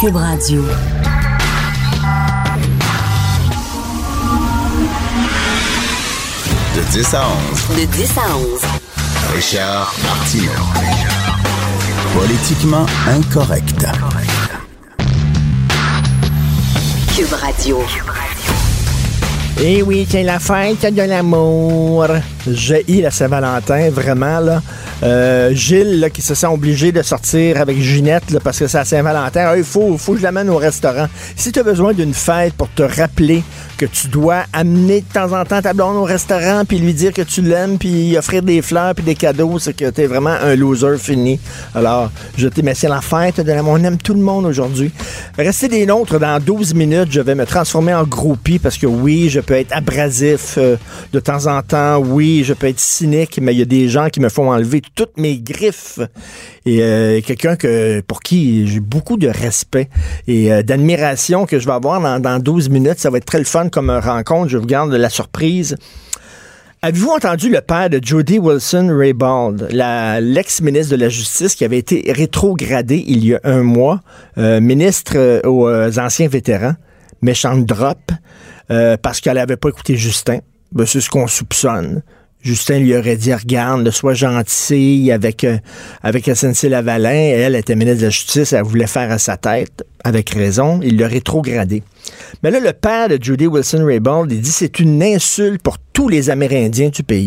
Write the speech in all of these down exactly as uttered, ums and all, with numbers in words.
Cube Radio. De dix à onze. De dix à onze. Richard Martineau. Politiquement incorrect. Cube Radio. Eh oui, c'est la fête de l'amour. J'ai la Saint-Valentin, vraiment, là. Euh, Gilles, là, qui se sent obligé de sortir avec Ginette, là, parce que c'est la Saint-Valentin. Il ah, faut, faut que je l'amène au restaurant. Si tu as besoin d'une fête pour te rappeler que tu dois amener de temps en temps ta blonde au restaurant, puis lui dire que tu l'aimes, puis offrir des fleurs, puis des cadeaux, c'est que t'es vraiment un loser fini. Alors, je t'ai mais c'est la fête de l'amour. On aime tout le monde aujourd'hui. Restez des nôtres. Dans douze minutes, je vais me transformer en groupie, parce que oui, je peux être abrasif euh, de temps en temps. Oui, je peux être cynique, mais il y a des gens qui me font enlever toutes mes griffes. Et euh, quelqu'un que pour qui j'ai beaucoup de respect et euh, d'admiration que je vais avoir dans, dans douze minutes. Ça va être très le fun comme rencontre. Je vous garde la surprise. Avez-vous entendu le père de Jody Wilson-Raybould, la, l'ex-ministre de la Justice qui avait été rétrogradée il y a un mois, euh, ministre euh, aux euh, anciens vétérans, méchante drop, euh, parce qu'elle n'avait pas écouté Justin. Ben, c'est ce qu'on soupçonne. Justin lui aurait dit, regarde, sois gentil avec, euh, avec S N C-Lavalin. Elle était ministre de la Justice, elle voulait faire à sa tête, avec raison. Il l'a rétrogradé. Mais là, le père de Jody Wilson-Raybould, il dit c'est une insulte pour tous les Amérindiens du pays.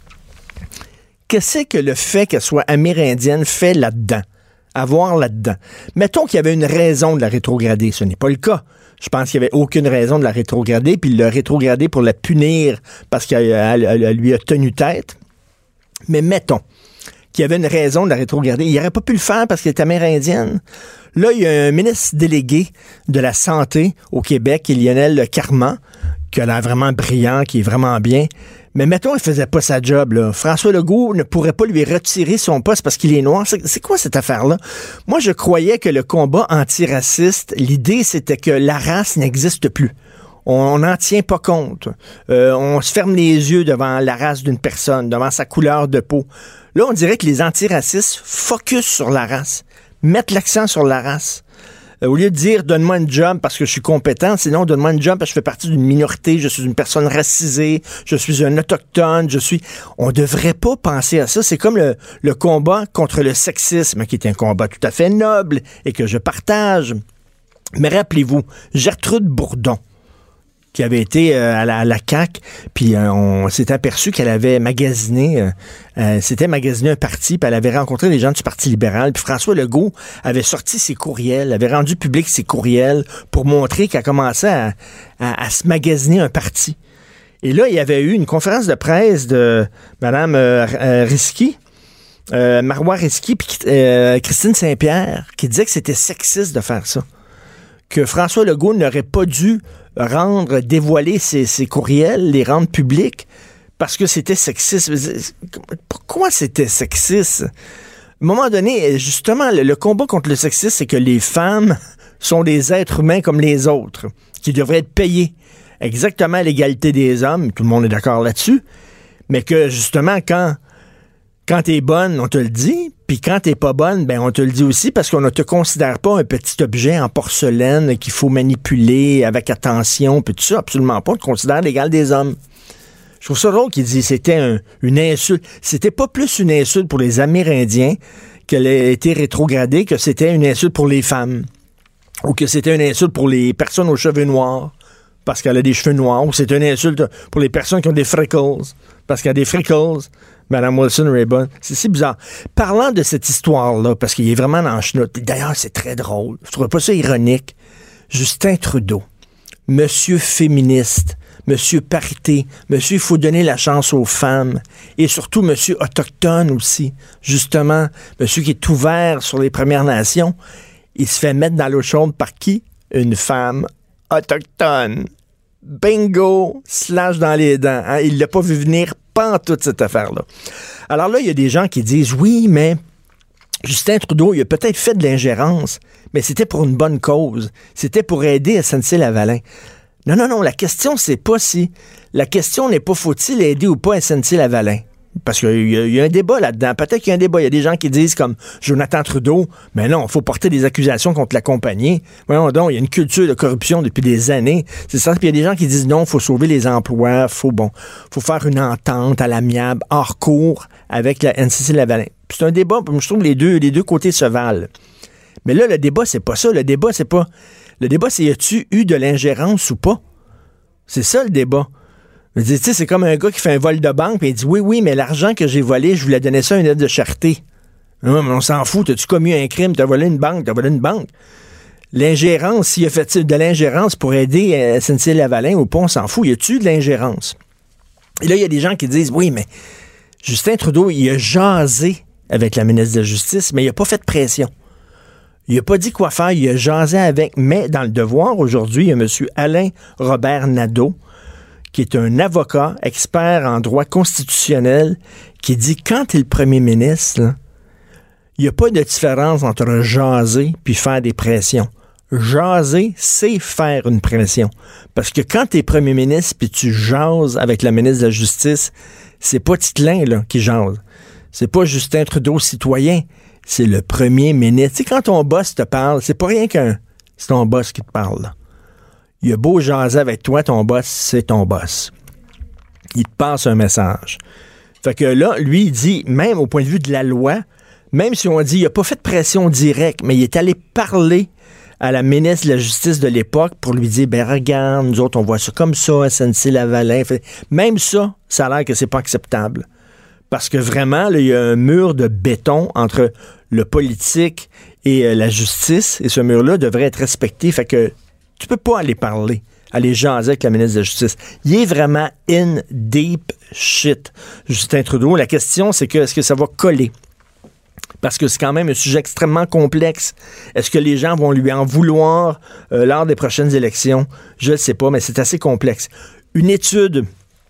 Qu'est-ce que le fait qu'elle soit amérindienne fait là-dedans? Avoir là-dedans? Mettons qu'il y avait une raison de la rétrograder. Ce n'est pas le cas. Je pense qu'il n'y avait aucune raison de la rétrograder, puis il l'a rétrogradée pour la punir parce qu'elle elle, elle lui a tenu tête. Mais mettons qu'il y avait une raison de la rétrograder. Il n'aurait pas pu le faire parce qu'elle est amérindienne. Là, il y a un ministre délégué de la Santé au Québec, Lionel Carman, qui a l'air vraiment brillant, qui est vraiment bien. Mais mettons, il faisait pas sa job, là. François Legault ne pourrait pas lui retirer son poste parce qu'il est noir. C'est, c'est quoi cette affaire-là? Moi, je croyais que le combat antiraciste, l'idée, c'était que la race n'existe plus. On n'en tient pas compte. Euh, on se ferme les yeux devant la race d'une personne, devant sa couleur de peau. Là, on dirait que les antiracistes focus sur la race, mettent l'accent sur la race. Euh, au lieu de dire « donne-moi une job parce que je suis compétent », sinon « donne-moi une job parce que je fais partie d'une minorité, je suis une personne racisée, je suis un autochtone, je suis... » On devrait pas penser à ça. C'est comme le, le combat contre le sexisme, qui est un combat tout à fait noble et que je partage. Mais rappelez-vous, Gertrude Bourdon, qui avait été euh, à, la, à la C A Q, puis euh, on s'est aperçu qu'elle avait magasiné, euh, euh, c'était magasiné un parti, puis elle avait rencontré des gens du Parti libéral, puis François Legault avait sorti ses courriels, avait rendu public ses courriels pour montrer qu'elle commençait à, à, à se magasiner un parti. Et là, il y avait eu une conférence de presse de Mme euh, euh, Risky, euh, Marois Risky, puis euh, Christine Saint-Pierre, qui disait que c'était sexiste de faire ça. Que François Legault n'aurait pas dû rendre, dévoiler ses, ses courriels, les rendre publics, parce que c'était sexiste. Pourquoi c'était sexiste? À un moment donné, justement, le, le combat contre le sexisme, c'est que les femmes sont des êtres humains comme les autres, qui devraient être payés exactement à l'égalité des hommes, tout le monde est d'accord là-dessus, mais que justement, quand Quand t'es bonne, on te le dit, puis quand t'es pas bonne, ben on te le dit aussi parce qu'on ne te considère pas un petit objet en porcelaine qu'il faut manipuler avec attention, puis tout ça, absolument pas. On te considère l'égal des hommes. Je trouve ça drôle qu'il dit c'était un, une insulte. C'était pas plus une insulte pour les Amérindiens qu'elle a été rétrogradée que c'était une insulte pour les femmes. Ou que c'était une insulte pour les personnes aux cheveux noirs parce qu'elle a des cheveux noirs. Ou c'est une insulte pour les personnes qui ont des freckles parce qu'elle a des freckles. Mme Wilson-Raybould. C'est si bizarre. Parlant de cette histoire-là, parce qu'il est vraiment dans le chenoute, d'ailleurs, c'est très drôle. Je trouve pas ça ironique. Justin Trudeau, monsieur féministe, monsieur parité, monsieur il faut donner la chance aux femmes, et surtout monsieur autochtone aussi, justement, monsieur qui est ouvert sur les Premières Nations, il se fait mettre dans l'eau chaude par qui? Une femme autochtone. Bingo! Slash dans les dents. Hein? Il l'a pas vu venir pas toute cette affaire-là. Alors là, il y a des gens qui disent, oui, mais Justin Trudeau, il a peut-être fait de l'ingérence, mais c'était pour une bonne cause. C'était pour aider S N C-Lavalin. Non, non, non, la question, c'est pas si. La question n'est pas faut-il aider ou pas S N C-Lavalin. Parce qu'il y, a, il y a un débat là-dedans. Peut-être qu'il y a un débat. Il y a des gens qui disent comme Jonathan Trudeau, mais non, il faut porter des accusations contre la compagnie. Voyons donc, il y a une culture de corruption depuis des années. C'est ça. Puis il y a des gens qui disent non, il faut sauver les emplois, faut bon, faut faire une entente à l'amiable, hors cours, avec la N C C Lavalin. Puis c'est un débat, je trouve les deux, les deux côtés se valent. Mais là, le débat, c'est pas ça. Le débat, c'est pas. Le débat, c'est y a-tu eu de l'ingérence ou pas? C'est ça le débat. Je dis, tu sais, c'est comme un gars qui fait un vol de banque et il dit oui, oui, mais l'argent que j'ai volé, je voulais donner ça à une aide de charité. Non, mais on s'en fout. T'as-tu commis un crime? T'as volé une banque? T'as volé une banque? L'ingérence, s'il a fait de l'ingérence pour aider S N C Lavalin ou pas, on s'en fout. Y a-tu de l'ingérence? Et là, il y a des gens qui disent oui, mais Justin Trudeau, il a jasé avec la ministre de la Justice, mais il n'a pas fait de pression. Il n'a pas dit quoi faire, il a jasé avec. Mais dans le Devoir, aujourd'hui, il y a M. Alain Robert Nadeau, qui est un avocat, expert en droit constitutionnel, qui dit quand tu es le premier ministre, là, il n'y a pas de différence entre jaser puis faire des pressions. Jaser, c'est faire une pression. Parce que quand tu es premier ministre puis tu jases avec la ministre de la Justice, c'est pas Titelin là, qui jase. C'est pas Justin Trudeau citoyen. C'est le premier ministre. Tu sais, quand ton boss te parle, c'est pas rien qu'un... C'est ton boss qui te parle, là. Il a beau jaser avec toi, ton boss, c'est ton boss. Il te passe un message. Fait que là, lui, il dit, même au point de vue de la loi, même si on dit, il n'a pas fait de pression directe, mais il est allé parler à la ministre de la Justice de l'époque pour lui dire, ben regarde, nous autres, on voit ça comme ça, S N C Lavalin. Même ça, ça a l'air que c'est pas acceptable. Parce que vraiment, là, il y a un mur de béton entre le politique et euh, la justice, et ce mur-là devrait être respecté. Fait que tu peux pas aller parler, aller jaser avec la ministre de la Justice. Il est vraiment in deep shit, Justin Trudeau. La question, c'est que est-ce que ça va coller? Parce que c'est quand même un sujet extrêmement complexe. Est-ce que les gens vont lui en vouloir euh, lors des prochaines élections? Je ne sais pas, mais c'est assez complexe. Une étude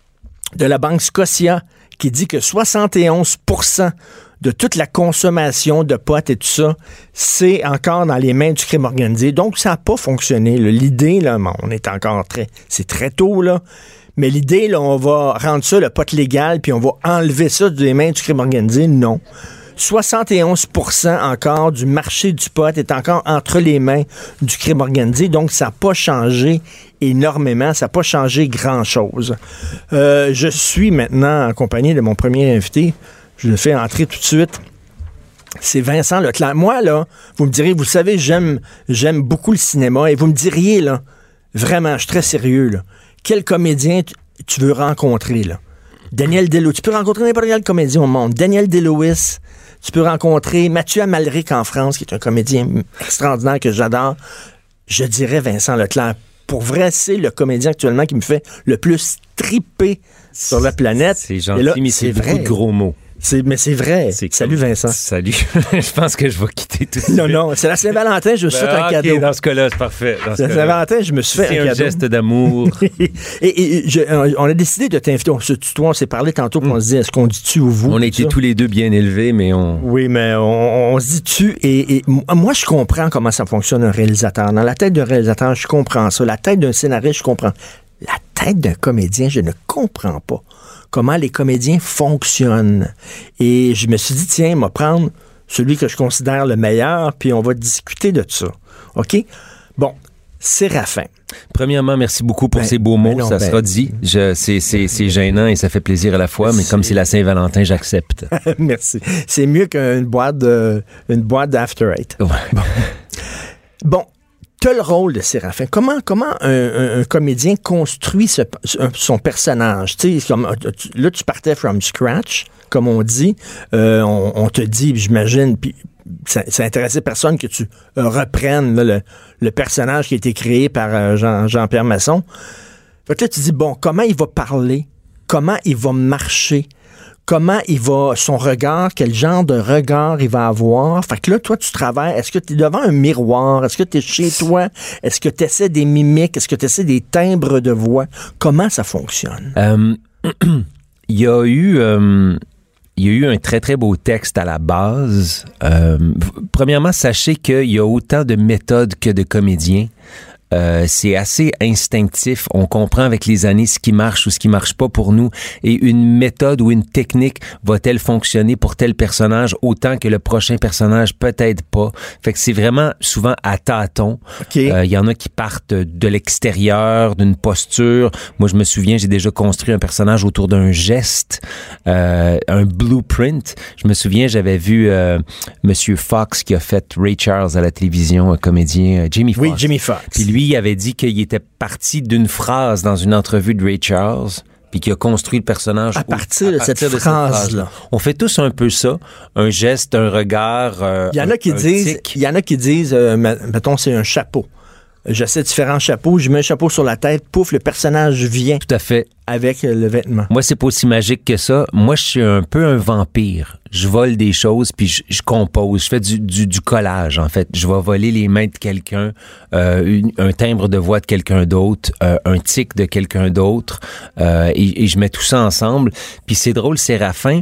de la Banque Scotia qui dit que soixante et onze pour cent de toute la consommation de pot et tout ça, c'est encore dans les mains du crime organisé. Donc, ça n'a pas fonctionné. Là. L'idée, là, bon, on est encore très... C'est très tôt, là. Mais l'idée, là, on va rendre ça le pot légal, puis on va enlever ça des mains du crime organisé. Non. soixante et onze pour cent encore du marché du pot est encore entre les mains du crime organisé. Donc, ça n'a pas changé énormément. Ça n'a pas changé grand-chose. Euh, je suis maintenant en compagnie de mon premier invité. Je le fais entrer tout de suite. C'est Vincent Leclerc. Moi, là, vous me direz, vous savez, j'aime, j'aime beaucoup le cinéma et vous me diriez, là, vraiment, je suis très sérieux, là, quel comédien tu, tu veux rencontrer, là? Daniel Day-Lewis. Tu peux rencontrer n'importe quel comédien au monde. Daniel Day-Lewis. Tu peux rencontrer Mathieu Amalric en France, qui est un comédien extraordinaire que j'adore. Je dirais Vincent Leclerc. Pour vrai, c'est le comédien actuellement qui me fait le plus triper sur la planète. C'est gentil, là, mais c'est, c'est beaucoup vrai. De gros mots. C'est, mais c'est vrai. C'est Salut comme... Vincent. Salut. Je pense que je vais quitter tout ça. Non, non, c'est la Saint-Valentin, je me suis ben, fait un okay, cadeau. Dans ce cas-là, c'est parfait. Dans c'est la Saint-Valentin, je me suis fait c'est un, un cadeau. C'est un geste d'amour. et, et je, on a décidé de t'inviter. On se tutoie, on s'est parlé tantôt, mm. on se dit, est-ce qu'on dit tu ou vous? On était tous les deux bien élevés, mais on... Oui, mais on, on se dit tu. Et, et moi, je comprends comment ça fonctionne un réalisateur. Dans la tête d'un réalisateur, je comprends ça. La tête d'un scénariste, je comprends. La tête d'un comédien, je ne comprends pas comment les comédiens fonctionnent. Et je me suis dit, tiens, on va prendre celui que je considère le meilleur, puis on va discuter de ça. OK? Bon, Séraphin. Premièrement, merci beaucoup pour ben, ces beaux mots, non, ça ben, sera dit. Je, c'est, c'est, c'est gênant et ça fait plaisir à la fois, mais comme c'est la Saint-Valentin, j'accepte. Merci. C'est mieux qu'une boîte de, une boîte d'After Eight. Ouais. Bon. Bon. T'as le rôle de Séraphin. Comment, comment un, un, un comédien construit ce, son personnage? Tu sais, comme, là, tu partais from scratch, comme on dit. Euh, on, on te dit, j'imagine, puis ça, ça intéressait personne que tu euh, reprennes là, le, le personnage qui a été créé par euh, Jean, Jean-Pierre Masson. Fait que là, tu dis, bon, comment il va parler? Comment il va marcher? Comment il va, son regard, quel genre de regard il va avoir. Fait que là, toi, tu travailles. Est-ce que tu es devant un miroir? Est-ce que tu es chez toi? Est-ce que tu essaies des mimiques? Est-ce que tu essaies des timbres de voix? Comment ça fonctionne? Euh, il y a eu... Euh Il y a eu un très, très beau texte à la base. Euh, premièrement, sachez qu'il y a autant de méthodes que de comédiens. Euh, c'est assez instinctif. On comprend avec les années ce qui marche ou ce qui marche pas pour nous. Et une méthode ou une technique va-t-elle fonctionner pour tel personnage autant que le prochain personnage? Peut-être pas. Fait que c'est vraiment souvent à tâtons. Il okay. euh, y en a qui partent de l'extérieur, d'une posture. Moi, je me souviens, j'ai déjà construit un personnage autour d'un geste, euh, un blueprint. Je me souviens, j'avais vu euh, Monsieur Fox qui a fait Ray Charles à la télévision, un comédien, euh, Jimmy Fox. Oui, Jimmy Fox. Puis lui, il avait dit qu'il était parti d'une phrase dans une entrevue de Ray Charles, puis qu'il a construit le personnage à partir, au, de, à partir cette de cette phrase-là. On fait tous un peu ça, un geste, un regard. Euh, il y en a un, qui disent, il y en a qui disent, euh, mettons, c'est un chapeau. J'essaie différents chapeaux, je mets un chapeau sur la tête, pouf, le personnage vient. Tout à fait. Avec le vêtement. Moi, c'est pas aussi magique que ça. Moi, je suis un peu un vampire. Je vole des choses, puis je, je compose. Je fais du, du, du collage, en fait. Je vais voler les mains de quelqu'un, euh, une, un timbre de voix de quelqu'un d'autre, euh, un tic de quelqu'un d'autre, euh, et, et je mets tout ça ensemble. Puis c'est drôle, Séraphin,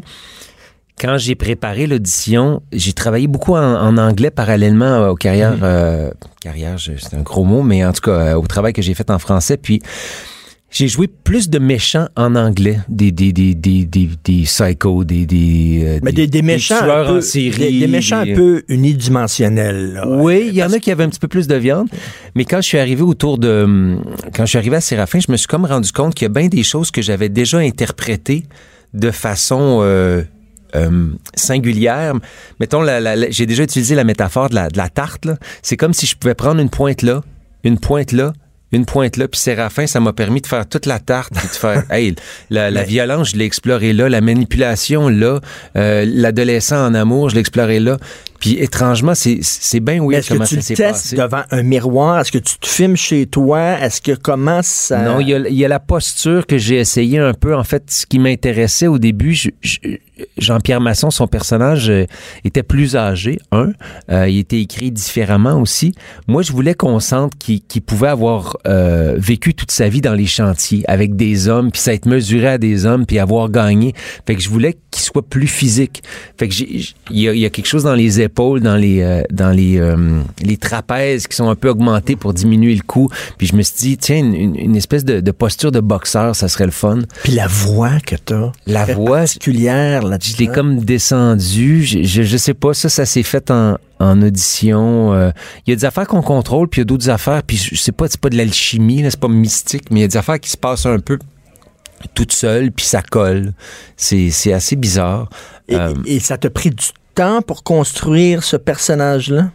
quand j'ai préparé l'audition, j'ai travaillé beaucoup en, en anglais parallèlement aux carrières... Mmh. Euh, carrière, c'est un gros mot, mais en tout cas, au travail que j'ai fait en français. Puis, j'ai joué plus de méchants en anglais. Des, des, des, des, des, des psychos, des... des, mais des, des, des méchants des tueurs un peu, en série. Des, des méchants des... un peu unidimensionnels. Là. Oui, il y en a qui avaient un petit peu plus de viande. Mais quand je suis arrivé autour de... Quand je suis arrivé à Séraphin, je me suis comme rendu compte qu'il y a bien des choses que j'avais déjà interprétées de façon... Euh, Euh, singulière. Mettons, la, la, la, j'ai déjà utilisé la métaphore de la, de la tarte. Là. C'est comme si je pouvais prendre une pointe là, une pointe là, une pointe là, puis Séraphin, ça m'a permis de faire toute la tarte, puis de faire, hey, la, la violence, je l'ai explorée là, la manipulation là, euh, l'adolescent en amour, je l'ai exploré là. Puis étrangement, c'est, c'est bien weird comment ça s'est passé. Est-ce que tu le testes devant un miroir? Est-ce que tu te filmes chez toi? Est-ce que comment ça... Non, il y a, il y a la posture que j'ai essayé un peu. En fait, ce qui m'intéressait au début, je, je, Jean-Pierre Masson, son personnage euh, était plus âgé, un. Euh, il était écrit différemment aussi. Moi, je voulais qu'on sente qu'il, qu'il pouvait avoir euh, vécu toute sa vie dans les chantiers avec des hommes, puis s'être mesuré à des hommes, puis avoir gagné. Fait que je voulais qu'il soit plus physique. Fait que j'ai, il y a, il y a quelque chose dans les épaules, dans les euh, dans les euh, les trapèzes qui sont un peu augmentés pour diminuer le cou. Puis je me suis dit, tiens, une, une espèce de, de posture de boxeur, ça serait le fun. Puis la voix que t'as, la voix particulière, là, je l'ai comme descendu. Je, je, je sais pas, ça, ça s'est fait en en audition. Il euh, y a des affaires qu'on contrôle, puis il y a d'autres affaires. Puis je sais pas, c'est pas de l'alchimie, là, c'est pas mystique, mais il y a des affaires qui se passent un peu toute seule, puis ça colle. C'est c'est assez bizarre. Et, euh, et ça t'a pris du temps pour construire ce personnage-là?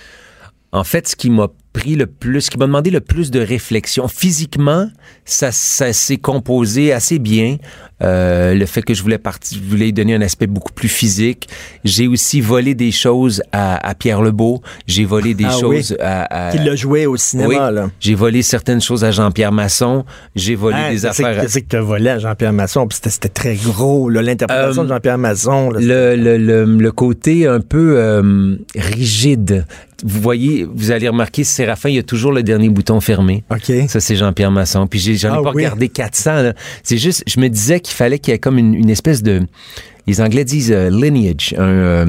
En fait, ce qui m'a pris le plus, ce qui m'a demandé le plus de réflexion, physiquement, ça, ça s'est composé assez bien. Euh, le fait que je voulais partir, je voulais lui donner un aspect beaucoup plus physique. J'ai aussi volé des choses à, à Pierre Lebeau. J'ai volé des ah, choses oui. à, à... Qui l'a joué au cinéma, oui. là. J'ai volé certaines choses à Jean-Pierre Masson. J'ai volé ah, des affaires... Qu'est-ce que tu as volé à Jean-Pierre Masson? Puis c'était, c'était très gros, là, l'interprétation euh, de Jean-Pierre Masson. Là, le, le, le, le côté un peu euh, rigide. Vous voyez, vous allez remarquer, Séraphin, il y a toujours le dernier bouton fermé. OK. Ça, c'est Jean-Pierre Masson. Puis j'ai, j'en ai ah, pas oui. regardé quatre cents. Là. C'est juste, je me disais qu'il fallait qu'il y ait comme une, une espèce de... Les Anglais disent uh, lineage, un, euh,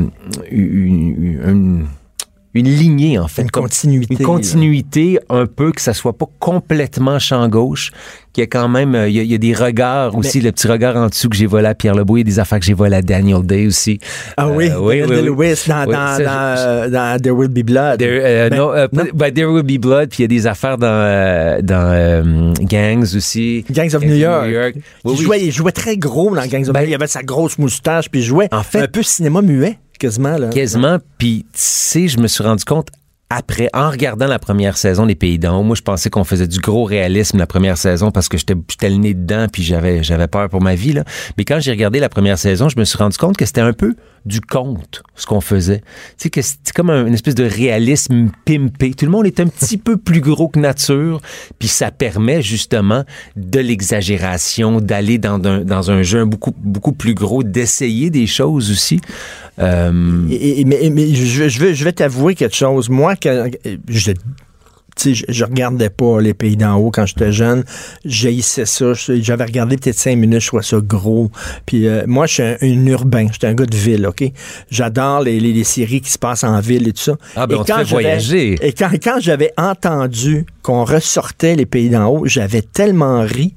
une, une, une lignée, en fait. Une continuité. Une continuité, là. Un peu, que ça soit pas complètement champ gauche, qu'il y a quand même, il y a, il y a des regards aussi, mais, le petit regard en dessous que j'ai volé à Pierre Lebeau, il y a des affaires que j'ai volées à Daniel Day aussi. Ah oui, euh, oui, oui, Lewis, oui. Dans, oui, dans, dans, dans There Will Be Blood. There, euh, ben, no, uh, non. Ben, There Will Be Blood, puis il y a des affaires dans, euh, dans euh, Gangs aussi. Gangs of Gangs New York. New York. Oui, il, oui. Jouait, il jouait très gros dans Gangs of ben, New York. Il avait sa grosse moustache, puis il jouait en fait, un peu cinéma muet, quasiment. Là. Quasiment, puis tu sais, je me suis rendu compte, après, en regardant la première saison des Pays d'en haut, moi, je pensais qu'on faisait du gros réalisme la première saison parce que j'étais, j'étais le nez dedans puis j'avais, j'avais peur pour ma vie, là. Mais quand j'ai regardé la première saison, je me suis rendu compte que c'était un peu du conte, ce qu'on faisait. Tu sais, que c'était comme un, une espèce de réalisme pimpé. Tout le monde est un petit peu plus gros que nature, puis ça permet justement de l'exagération, d'aller dans un, dans un jeu beaucoup, beaucoup plus gros, d'essayer des choses aussi. Euh... Et, et, mais mais je, je, vais, je vais t'avouer quelque chose. Moi, quand, je, tu sais, je, je regardais pas Les Pays d'en haut quand j'étais jeune. J'haïssais ça. J'avais regardé peut-être cinq minutes, je trouvais ça gros. Puis euh, moi, je suis un, un urbain. J'étais un gars de ville, OK? J'adore les, les, les séries qui se passent en ville et tout ça. Ah, ben et on te fait voyager. Et quand, quand j'avais entendu qu'on ressortait Les Pays d'en haut, j'avais tellement ri.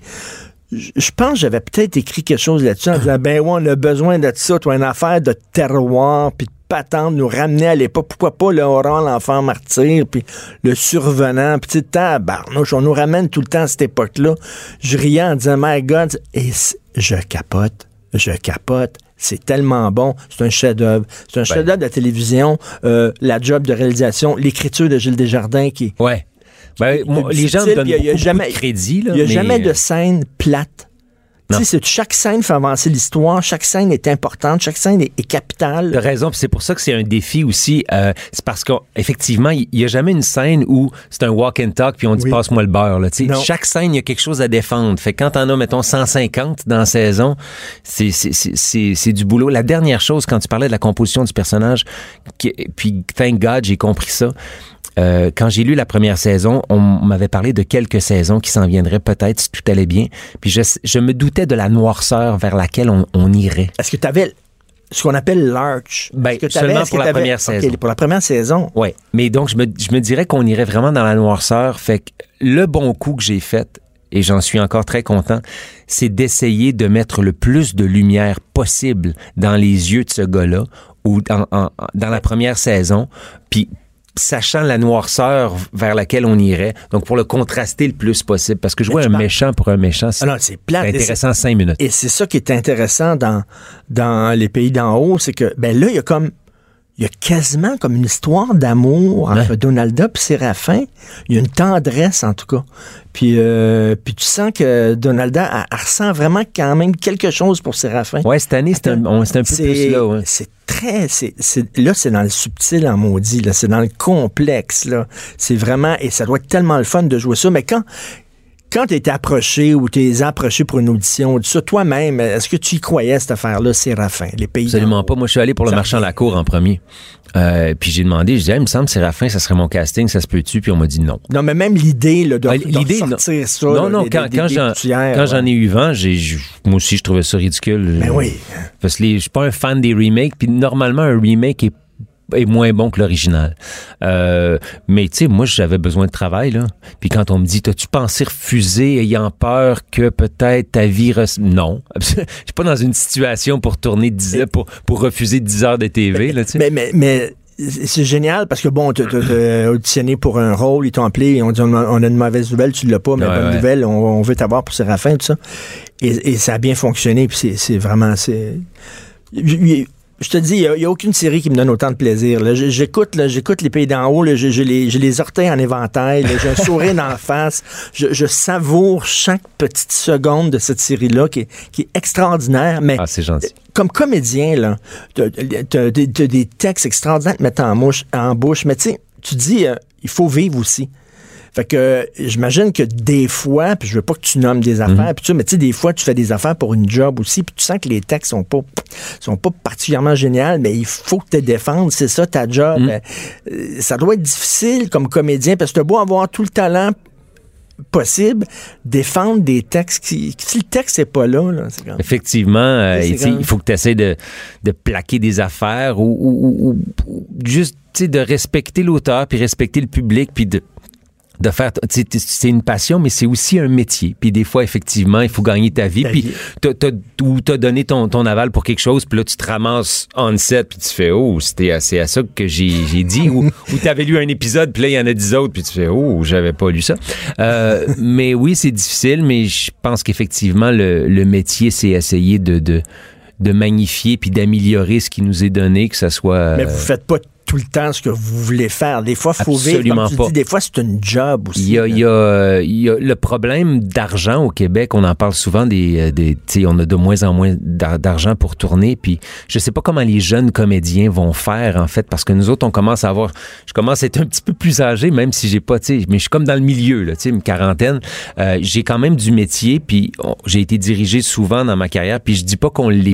Je pense que j'avais peut-être écrit quelque chose là-dessus en disant, ben ouais, on a besoin de ça, toi, une affaire de terroir, puis de patente, nous ramener à l'époque. Pourquoi pas le Oran, l'enfant martyr, puis le survenant, puis tu sais, tabarnouche, on nous ramène tout le temps à cette époque-là. Je riais en disant, my God, et je capote, je capote. C'est tellement bon. C'est un chef-d'œuvre. C'est un ben. chef-d'œuvre de la télévision, euh, la job de réalisation, l'écriture de Gilles Desjardins qui... Ouais. Ben, moi, les gens me donnent beaucoup, jamais, beaucoup de crédit. Il n'y a mais... jamais de scène plate. Tu sais, chaque scène fait avancer l'histoire, chaque scène est importante, chaque scène est, est capitale. T'as raison, puis c'est pour ça que c'est un défi aussi. Euh, c'est parce qu'effectivement, il n'y a jamais une scène où c'est un walk and talk puis on dit oui. passe-moi le beurre. Là, chaque scène, il y a quelque chose à défendre. Fait que quand t'en as, mettons, cent cinquante dans la saison, c'est, c'est, c'est, c'est, c'est du boulot. La dernière chose, quand tu parlais de la composition du personnage, qui, puis thank God, j'ai compris ça. Euh, quand j'ai lu la première saison, on m'avait parlé de quelques saisons qui s'en viendraient peut-être si tout allait bien. Puis je, je me doutais de la noirceur vers laquelle on, on irait. Est-ce que tu avais ce qu'on appelle l'arch? Ben, seulement pour la première saison. Okay, pour la première saison. Oui. Mais donc, je me, je me dirais qu'on irait vraiment dans la noirceur. Fait que le bon coup que j'ai fait, et j'en suis encore très content, c'est d'essayer de mettre le plus de lumière possible dans les yeux de ce gars-là ou dans, en, dans la première saison. Puis sachant la noirceur vers laquelle on irait, donc pour le contraster le plus possible, parce que jouer un méchant pour un méchant, c'est, ah non, c'est, plate, c'est intéressant c'est, cinq minutes. Et c'est ça qui est intéressant dans, dans Les Pays d'en haut, c'est que, ben là, il y a comme, il y a quasiment comme une histoire d'amour entre ouais. Donalda et Séraphin. Il y a une tendresse, en tout cas. Puis, euh, puis tu sens que Donalda, elle, elle ressent vraiment quand même quelque chose pour Séraphin. Oui, cette année, c'est un, on, c'est un peu c'est, plus là. Ouais. C'est très... C'est, c'est, là, c'est dans le subtil en maudit. Là, c'est dans le complexe. Là. C'est vraiment... Et ça doit être tellement le fun de jouer ça. Mais quand... Quand tu été approché ou tu es approché pour une audition, ça, toi-même, est-ce que tu y croyais, cette affaire-là, Séraphin, Les Pays Absolument pas. Moi, je suis allé pour Le Marchand à la cour en premier. Euh, puis j'ai demandé, je disais, hey, il me semble Séraphin, ça serait mon casting, ça se peut-tu? Puis on m'a dit non. Non, mais même l'idée là, de, ah, l'idée, de sortir non. ça. Non, là, non, des, quand, des, quand, des j'en, quand ouais. j'en ai eu vent, j'ai, j'ai, moi aussi, je trouvais ça ridicule. Ben oui. Parce que les, je suis pas un fan des remakes, puis normalement, un remake est est moins bon que l'original. Euh, mais tu sais, moi, j'avais besoin de travail, là. Puis quand on me dit, t'as-tu pensé refuser ayant peur que peut-être ta vie... Res... Non. Je suis pas dans une situation pour tourner dix heures, pour, pour refuser dix heures de T V, là, tu sais. Mais, mais, mais c'est génial parce que bon, tu as auditionné pour un rôle, ils t'ont appelé, ils ont dit, on a, on a une mauvaise nouvelle, tu l'as pas, mais ouais, bonne ouais. nouvelle, on, on veut t'avoir pour Séraphin, tout ça. Et, et ça a bien fonctionné, puis c'est, c'est vraiment... c'est Je te dis, il n'y a, a aucune série qui me donne autant de plaisir. Là. J'écoute, là, j'écoute Les Pays d'en haut, là, j'ai, j'ai, les, j'ai les orteils en éventail, là, j'ai un sourire dans la face. Je, je savoure chaque petite seconde de cette série-là qui est, qui est extraordinaire. Mais ah, c'est gentil. Comme comédien, là, t'as, t'as, t'as, t'as des textes extraordinaires à te mettre en, mouche, en bouche. Mais tu sais, tu dis, euh, il faut vivre aussi. Fait que euh, j'imagine que des fois, puis je veux pas que tu nommes des affaires, mmh. puis tu sais, mais tu sais, des fois, tu fais des affaires pour une job aussi, puis tu sens que les textes sont pas sont pas particulièrement géniaux, mais il faut que tu te défendes, c'est ça ta job. Mmh. Euh, ça doit être difficile comme comédien, parce que tu as beau avoir tout le talent possible, défendre des textes qui, si le texte n'est pas là, là c'est comme... Effectivement, euh, et il faut que tu essaies de, de plaquer des affaires ou, ou, ou, ou juste de respecter l'auteur, puis respecter le public, puis de de faire, c'est une passion, mais c'est aussi un métier. Puis des fois, effectivement, il faut gagner ta vie. Puis t'as, t'as, ou t'as donné ton, ton aval pour quelque chose, puis là, tu te ramasses on set, puis tu fais, oh, c'était assez à ça que j'ai, j'ai dit. ou, ou t'avais lu un épisode, puis là, il y en a dix autres, puis tu fais, oh, j'avais pas lu ça. Euh, mais oui, c'est difficile, mais je pense qu'effectivement, le, le métier, c'est essayer de, de, de magnifier puis d'améliorer ce qui nous est donné, que ça soit... Mais vous faites pas tout le temps ce que vous voulez faire. Des fois, il faut vivre, comme tu pas. dis, des fois, c'est une job aussi. Il y a, il y a, il y a le problème d'argent au Québec, on en parle souvent, des, des, tu sais, on a de moins en moins d'argent pour tourner, puis je sais pas comment les jeunes comédiens vont faire, en fait, parce que nous autres, on commence à avoir, je commence à être un petit peu plus âgé, même si j'ai pas, tu sais, mais je suis comme dans le milieu, là, tu sais, une quarantaine, euh, j'ai quand même du métier, puis on, j'ai été dirigé souvent dans ma carrière, puis je dis pas qu'on l'est plus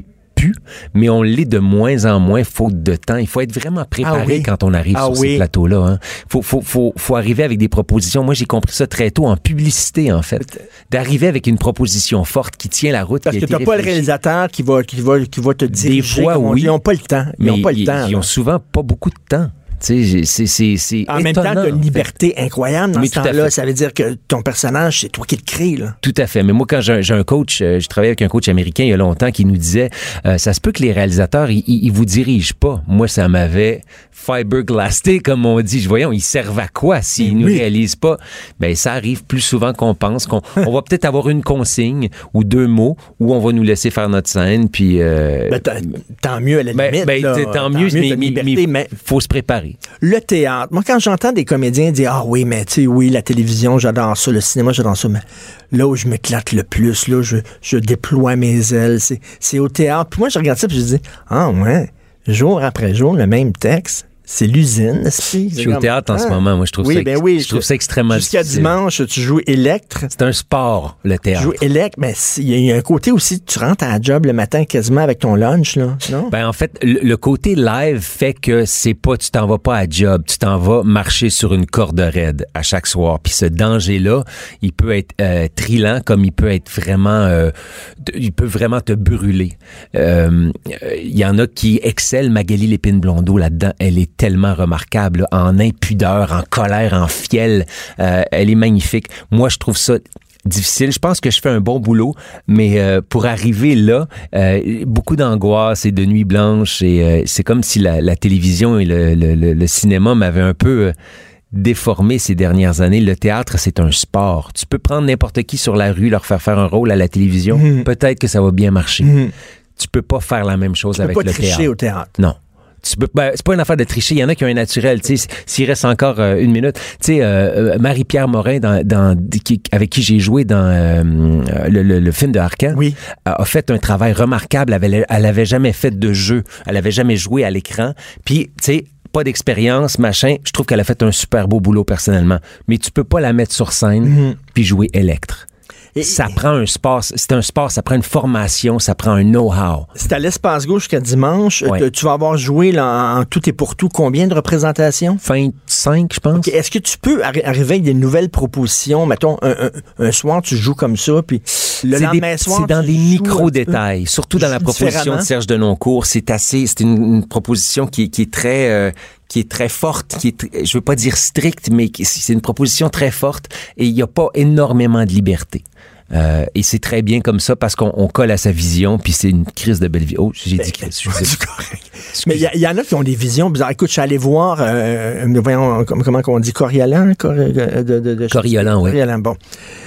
plus, mais on l'est de moins en moins faute de temps. Il faut être vraiment préparé ah oui. quand on arrive ah sur oui. ces plateaux-là. Hein. Faut, faut, faut, faut arriver avec des propositions. Moi, j'ai compris ça très tôt en publicité, en fait. D'arriver avec une proposition forte qui tient la route. Parce que t'as pas le réalisateur qui va, qui va, qui va te diriger. Des fois, oui. Ils n'ont pas le temps. Ils n'ont pas le ils, temps. Ils ont souvent pas beaucoup de temps. C'est, c'est, c'est, c'est en étonnant, même temps, tu as une liberté incroyable dans mais ce temps-là. Ça veut dire que ton personnage, c'est toi qui le crée. Là. Tout à fait. Mais moi, quand j'ai, j'ai un coach, euh, j'ai travaillé avec un coach américain il y a longtemps qui nous disait, euh, ça se peut que les réalisateurs, ils, ils vous dirigent pas. Moi, ça m'avait fiberglassé, comme on dit. Voyons, ils servent à quoi s'ils oui. nous réalisent pas? Ben, ça arrive plus souvent qu'on pense. Qu'on on va peut-être avoir une consigne ou deux mots où on va nous laisser faire notre scène. Puis, euh, ben, tant mieux à la ben, limite. Ben, là, tant, tant mieux, mieux, mais il mais... faut se préparer. Le théâtre. Moi, quand j'entends des comédiens dire « Ah oui, mais tu sais, oui, la télévision, j'adore ça, le cinéma, j'adore ça, mais là où je m'éclate le plus, là, je, je déploie mes ailes, c'est, c'est au théâtre. » Puis moi, je regarde ça puis je dis « Ah ouais, jour après jour, le même texte. » C'est l'usine, n'est-ce pas? Je suis au théâtre en ah. ce moment. Moi, je trouve, oui, ça, ben oui, je trouve je, ça extrêmement jusqu'à difficile. Jusqu'à dimanche, tu joues Électre. C'est un sport, le théâtre. Tu joues Électre, mais il y, y a un côté aussi, tu rentres à la job le matin quasiment avec ton lunch, là, non? Ben, en fait, le, le côté live fait que c'est pas, tu t'en vas pas à job, tu t'en vas marcher sur une corde raide à chaque soir. Puis ce danger-là, il peut être euh, trillant comme il peut être vraiment, euh, il peut vraiment te brûler. Il euh, y en a qui excellent. Magali Lépine-Blondeau, là-dedans, elle est tellement remarquable. Là, en impudeur, en colère, en fiel. Euh, elle est magnifique. Moi, je trouve ça difficile. Je pense que je fais un bon boulot, mais euh, pour arriver là, euh, beaucoup d'angoisse et de nuits blanches. Et euh, c'est comme si la, la télévision et le, le, le, le cinéma m'avaient un peu... Euh, déformé ces dernières années. Le théâtre, c'est un sport. Tu peux prendre n'importe qui sur la rue, leur faire faire un rôle à la télévision. Mmh. Peut-être que ça va bien marcher. Mmh. Tu peux pas faire la même chose tu avec le théâtre. Tu peux pas tricher au théâtre. Non. Tu peux, ben, c'est pas une affaire de tricher. Il y en a qui ont un naturel. Tu sais, s'il reste encore euh, une minute. Tu sais, euh, Marie-Pierre Morin, dans, dans, qui, avec qui j'ai joué dans euh, le, le, le film de Arcan, oui. a fait un travail remarquable. Elle avait, elle avait jamais fait de jeu. Elle avait jamais joué à l'écran. Puis, tu sais, pas d'expérience, machin. Je trouve qu'elle a fait un super beau boulot personnellement. Mais tu peux pas la mettre sur scène mm-hmm. puis jouer Électre. Et, ça prend un sport, c'est un sport, ça prend une formation, ça prend un know-how. C'est à l'Espace Gauche jusqu'à dimanche. Ouais. Tu vas avoir joué là, en tout et pour tout combien de représentations? vingt-cinq, je pense. Okay. Est-ce que tu peux arri- arriver avec des nouvelles propositions? Mettons, un, un, un soir, tu joues comme ça, puis le c'est lendemain des, soir, c'est dans tu des joues micro-détails. Surtout dans la proposition de Serge Denoncourt. C'est assez, c'est une, une proposition qui, qui est très... Euh, qui est très forte, qui est, je veux pas dire stricte, mais qui, c'est une proposition très forte et il n'y a pas énormément de liberté. Euh, et c'est très bien comme ça parce qu'on on colle à sa vision, puis c'est une crise de belle vie. Oh, j'ai dit crise. C'est correct. Mais il y, y en a qui ont des visions bizarres. Écoute, je suis allé voir, euh, voyons, comment on dit, Coriolan? Cor, de, de, de, Coriolan, oui. Coriolan, bon.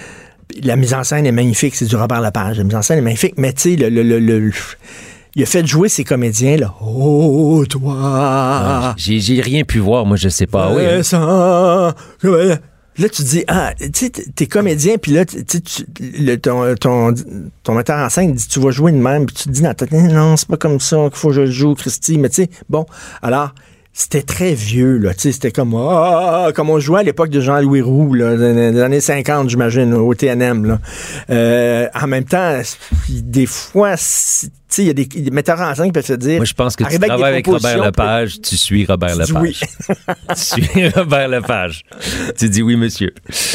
La mise en scène est magnifique, c'est du Robert Lepage. La mise en scène est magnifique, mais tu sais, le... le, le, le il a fait jouer ces comédiens, là. Oh, toi! Ah, j'ai, j'ai rien pu voir, moi, je sais pas. Oui, hein. Ça, là, tu dis, ah, tu sais, t'es comédien, puis là, tu sais, ton, ton, ton metteur en scène dit, tu vas jouer de même, puis tu te dis, non, non, c'est pas comme ça qu'il faut que je joue, Christy, mais tu sais, bon, alors... C'était très vieux, là. Tu sais, c'était comme, ah, comme on jouait à l'époque de Jean-Louis Roux, là, dans les années cinquante, j'imagine, au T N M, là. Euh, en même temps, des fois, tu sais, il y a des, des metteurs en scène qui peuvent se dire... Moi, je pense que tu travailles avec Robert Lepage, puis... tu suis Robert tu Lepage. Oui. Tu suis Robert Lepage. Tu dis oui, monsieur.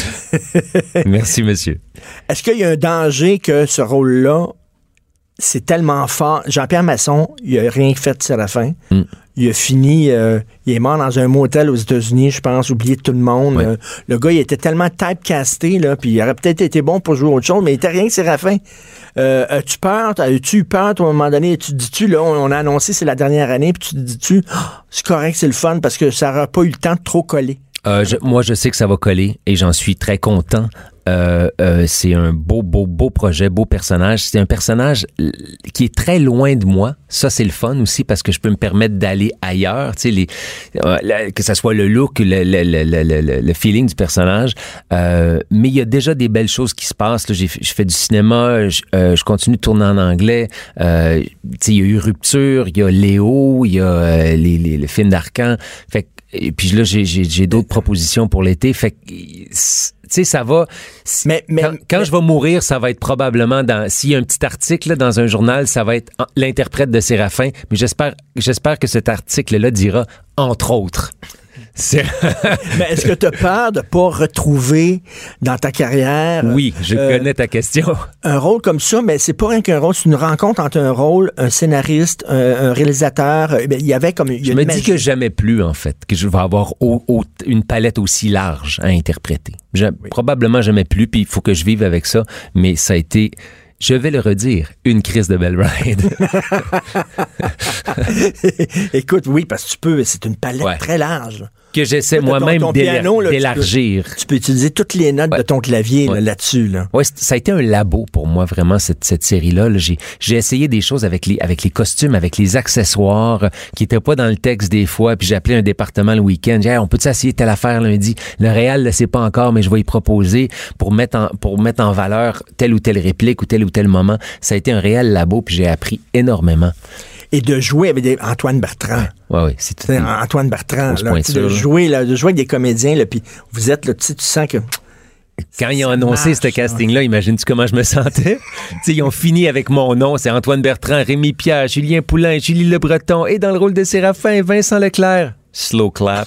Merci, monsieur. Est-ce qu'il y a un danger que ce rôle-là, c'est tellement fort? Jean-Pierre Masson, il a rien fait de Séraphin. Mm. Il a fini, euh, il est mort dans un motel aux États-Unis, je pense, oublié de tout le monde. Oui. Euh, le gars, il était tellement typecasté, là, puis il aurait peut-être été bon pour jouer autre chose, mais il était rien que Séraphin. Euh, as-tu peur? As-tu eu peur, toi, à un moment donné? Tu te dis-tu, là, on, on a annoncé c'est la dernière année, puis tu te dis-tu, oh, c'est correct, c'est le fun, parce que ça n'aura pas eu le temps de trop coller. Euh, je, moi, je sais que ça va coller et j'en suis très content. Euh, euh, c'est un beau, beau, beau projet, beau personnage. C'est un personnage qui est très loin de moi. Ça, c'est le fun aussi parce que je peux me permettre d'aller ailleurs. Tu sais, les, euh, la, que ça soit le look, le, le, le, le, le, le feeling du personnage. Euh, mais il y a déjà des belles choses qui se passent. Là, j'ai, je fais du cinéma, je, euh, je continue de tourner en anglais. Euh, tu sais, il y a eu Rupture, il y a Léo, il y a euh, les, les, le film d'Arcan. Fait que et puis là, j'ai, j'ai, j'ai d'autres propositions pour l'été. Fait que, tu sais, ça va. Mais, mais, quand quand mais, je vais mourir, ça va être probablement dans. S'il y a un petit article là, dans un journal, ça va être l'interprète de Séraphin. Mais j'espère, j'espère que cet article-là dira entre autres. C'est... Mais est-ce que tu as peur de ne pas retrouver dans ta carrière... Oui, je euh, connais ta question. Un rôle comme ça, mais c'est pas rien qu'un rôle, c'est une rencontre entre un rôle, un scénariste, un, un réalisateur. Il y avait comme... Il y je me dis que jamais plus, en fait, que je vais avoir au, au, une palette aussi large à interpréter. Je, oui. Probablement jamais plus, puis il faut que je vive avec ça, mais ça a été... Je vais le redire, une crise de belle ride. Écoute, oui, parce que tu peux, c'est une palette ouais. très large. Que j'essaie ton, moi-même ton d'éla- piano, là, d'élargir. Tu peux, tu peux utiliser toutes les notes ouais. de ton clavier ouais. là, là-dessus. Là. Oui, ça a été un labo pour moi, vraiment, cette, cette série-là. Là. J'ai, j'ai essayé des choses avec les, avec les costumes, avec les accessoires, euh, qui n'étaient pas dans le texte des fois. Puis j'ai appelé un département le week-end. J'ai dit, hey, on peut-tu essayer telle affaire lundi? Le réal ne le sait pas encore, mais je vais y proposer pour mettre, en, pour mettre en valeur telle ou telle réplique ou tel ou tel moment. Ça a été un réel labo, puis j'ai appris énormément. Et de jouer avec des, Antoine Bertrand. Oui, oui, c'est tout. Antoine Bertrand, là, de, jouer, là, de jouer avec des comédiens, là, puis vous êtes, là, tu sens que... Quand ils ont annoncé marche, ce casting-là, imagines-tu comment je me sentais? T'sais, ils ont fini avec mon nom, c'est Antoine Bertrand, Rémi Pierre, Julien Poulain, Julie Le Breton, et dans le rôle de Séraphin, Vincent Leclerc. Slow clap.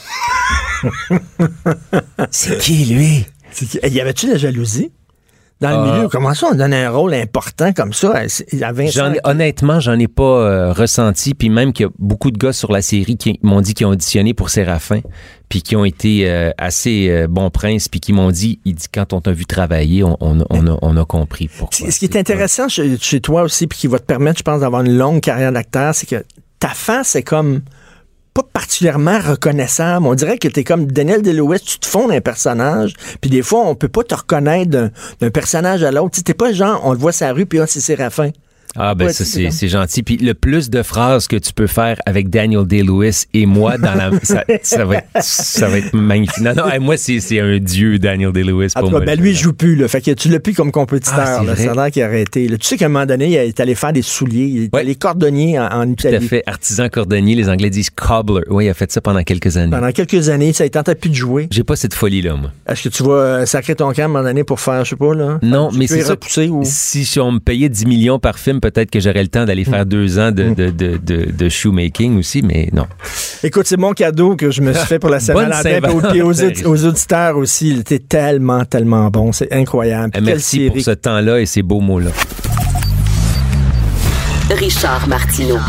C'est qui, lui? C'est qui? Y avait-tu de la jalousie? Dans le euh, milieu, comment ça on donne un rôle important comme ça à Vincent? J'en, honnêtement, j'en ai pas euh, ressenti, puis même qu'il y a beaucoup de gars sur la série qui m'ont dit qu'ils ont auditionné pour Séraphin, puis qui ont été euh, assez euh, bons princes, puis qui m'ont dit, il dit quand on t'a vu travailler, on, on, on, a, on a compris pourquoi. Ce qui est intéressant chez, chez toi aussi, puis qui va te permettre, je pense, d'avoir une longue carrière d'acteur, c'est que ta face est comme pas particulièrement reconnaissable. On dirait que t'es comme Daniel Day-Lewis, tu te fonds d'un personnage, puis des fois, on peut pas te reconnaître d'un, d'un personnage à l'autre. T'es pas genre, on le voit sur la rue, puis ah, c'est Séraphin. Ah, ben, ouais, ça, c'est, c'est gentil. Puis le plus de phrases que tu peux faire avec Daniel Day-Lewis et moi dans la. ça, ça, va être, ça va être magnifique. Non, non, hey, moi, c'est, c'est un dieu, Daniel Day-Lewis. En tout cas, ben, lui, il joue plus, là. Fait que tu l'as plus comme compétiteur, ah, là. Ça a l'air qu'il a arrêté. Là. Tu sais qu'à un moment donné, il est allé faire des souliers. Il est ouais. allé cordonnier en, en Italie. Tout à fait. Artisan cordonnier. Les Anglais disent cobbler. Oui, il a fait ça pendant quelques années. Pendant quelques années, ça, il tentait plus de jouer. J'ai pas cette folie-là, moi. Est-ce que tu vas euh, sacrer ton camp à un moment donné pour faire, je sais pas, là? Non, mais c'est ça. Ou... Si on me payait dix millions par film, peut-être que j'aurais le temps d'aller faire deux ans de, de, de, de, de shoemaking aussi, mais non. Écoute, c'est mon cadeau que je me suis fait pour la Saint-Valentin et aux, aux auditeurs aussi. Il était tellement, tellement bon. C'est incroyable. Puis merci pour ce temps-là et ces beaux mots-là. Richard Martineau.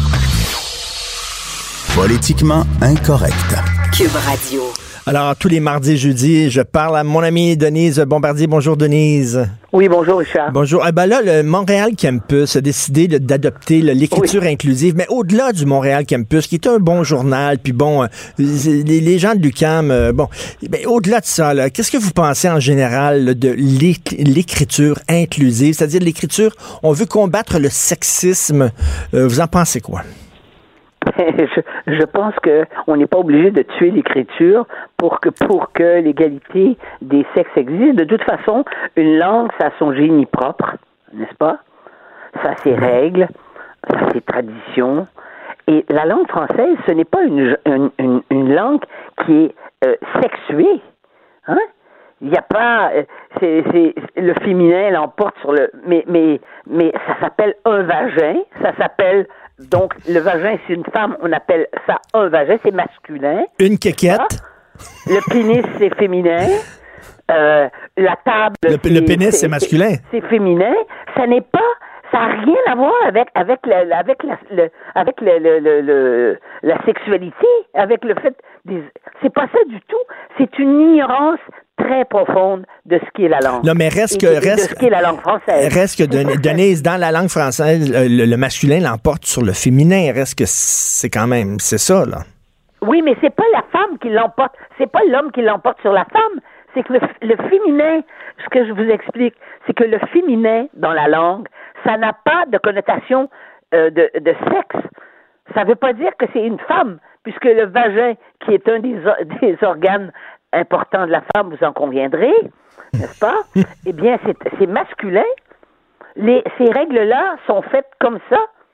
Politiquement incorrect. Cube Radio. Alors, tous les mardis et jeudis, je parle à mon amie Denise Bombardier. Bonjour, Denise. Oui, bonjour, Richard. Bonjour. Eh ben là, le Montréal Campus a décidé de, d'adopter là, l'écriture oui. inclusive, mais au-delà du Montréal Campus, qui est un bon journal, puis bon, euh, les, les gens de l'U Q A M, euh, bon, ben, au-delà de ça, là, qu'est-ce que vous pensez en général là, de l'écriture inclusive, c'est-à-dire l'écriture, on veut combattre le sexisme. Euh, vous en pensez quoi? Je, je pense qu'on n'est pas obligé de tuer l'écriture pour que, pour que l'égalité des sexes existe. De toute façon, une langue, ça a son génie propre, n'est-ce pas? Ça a ses règles, ça a ses traditions. Et la langue française, ce n'est pas une, une, une, une langue qui est euh, sexuée. Hein? Il n'y a pas... C'est, c'est, le féminin l'emporte sur le... Mais, mais, mais ça s'appelle un vagin, ça s'appelle... Donc, le vagin, c'est une femme, on appelle ça un vagin, c'est masculin. Une quéquette. Ah. Le pénis, c'est féminin. Euh, la table, le, c'est, le pénis, c'est, c'est masculin. C'est, c'est féminin. Ça n'est pas... Ça n'a rien à voir avec avec la, avec la, le, avec le, le, le, le, la sexualité, avec le fait des... C'est pas ça du tout. C'est une ignorance très profonde de ce qu'est la langue. Non, mais reste que... Et, reste, de ce qu'est la langue française. Reste que, de, Denise, dans la langue française, le, le masculin l'emporte sur le féminin. Reste que c'est quand même... C'est ça, là. Oui, mais c'est pas la femme qui l'emporte. C'est pas l'homme qui l'emporte sur la femme. C'est que le, le féminin, ce que je vous explique, c'est que le féminin, dans la langue, ça n'a pas de connotation euh, de, de sexe. Ça veut pas dire que c'est une femme, puisque le vagin, qui est un des, des organes importants de la femme, vous en conviendrez, n'est-ce pas? Eh bien, c'est, c'est masculin. Les, ces règles-là sont faites comme ça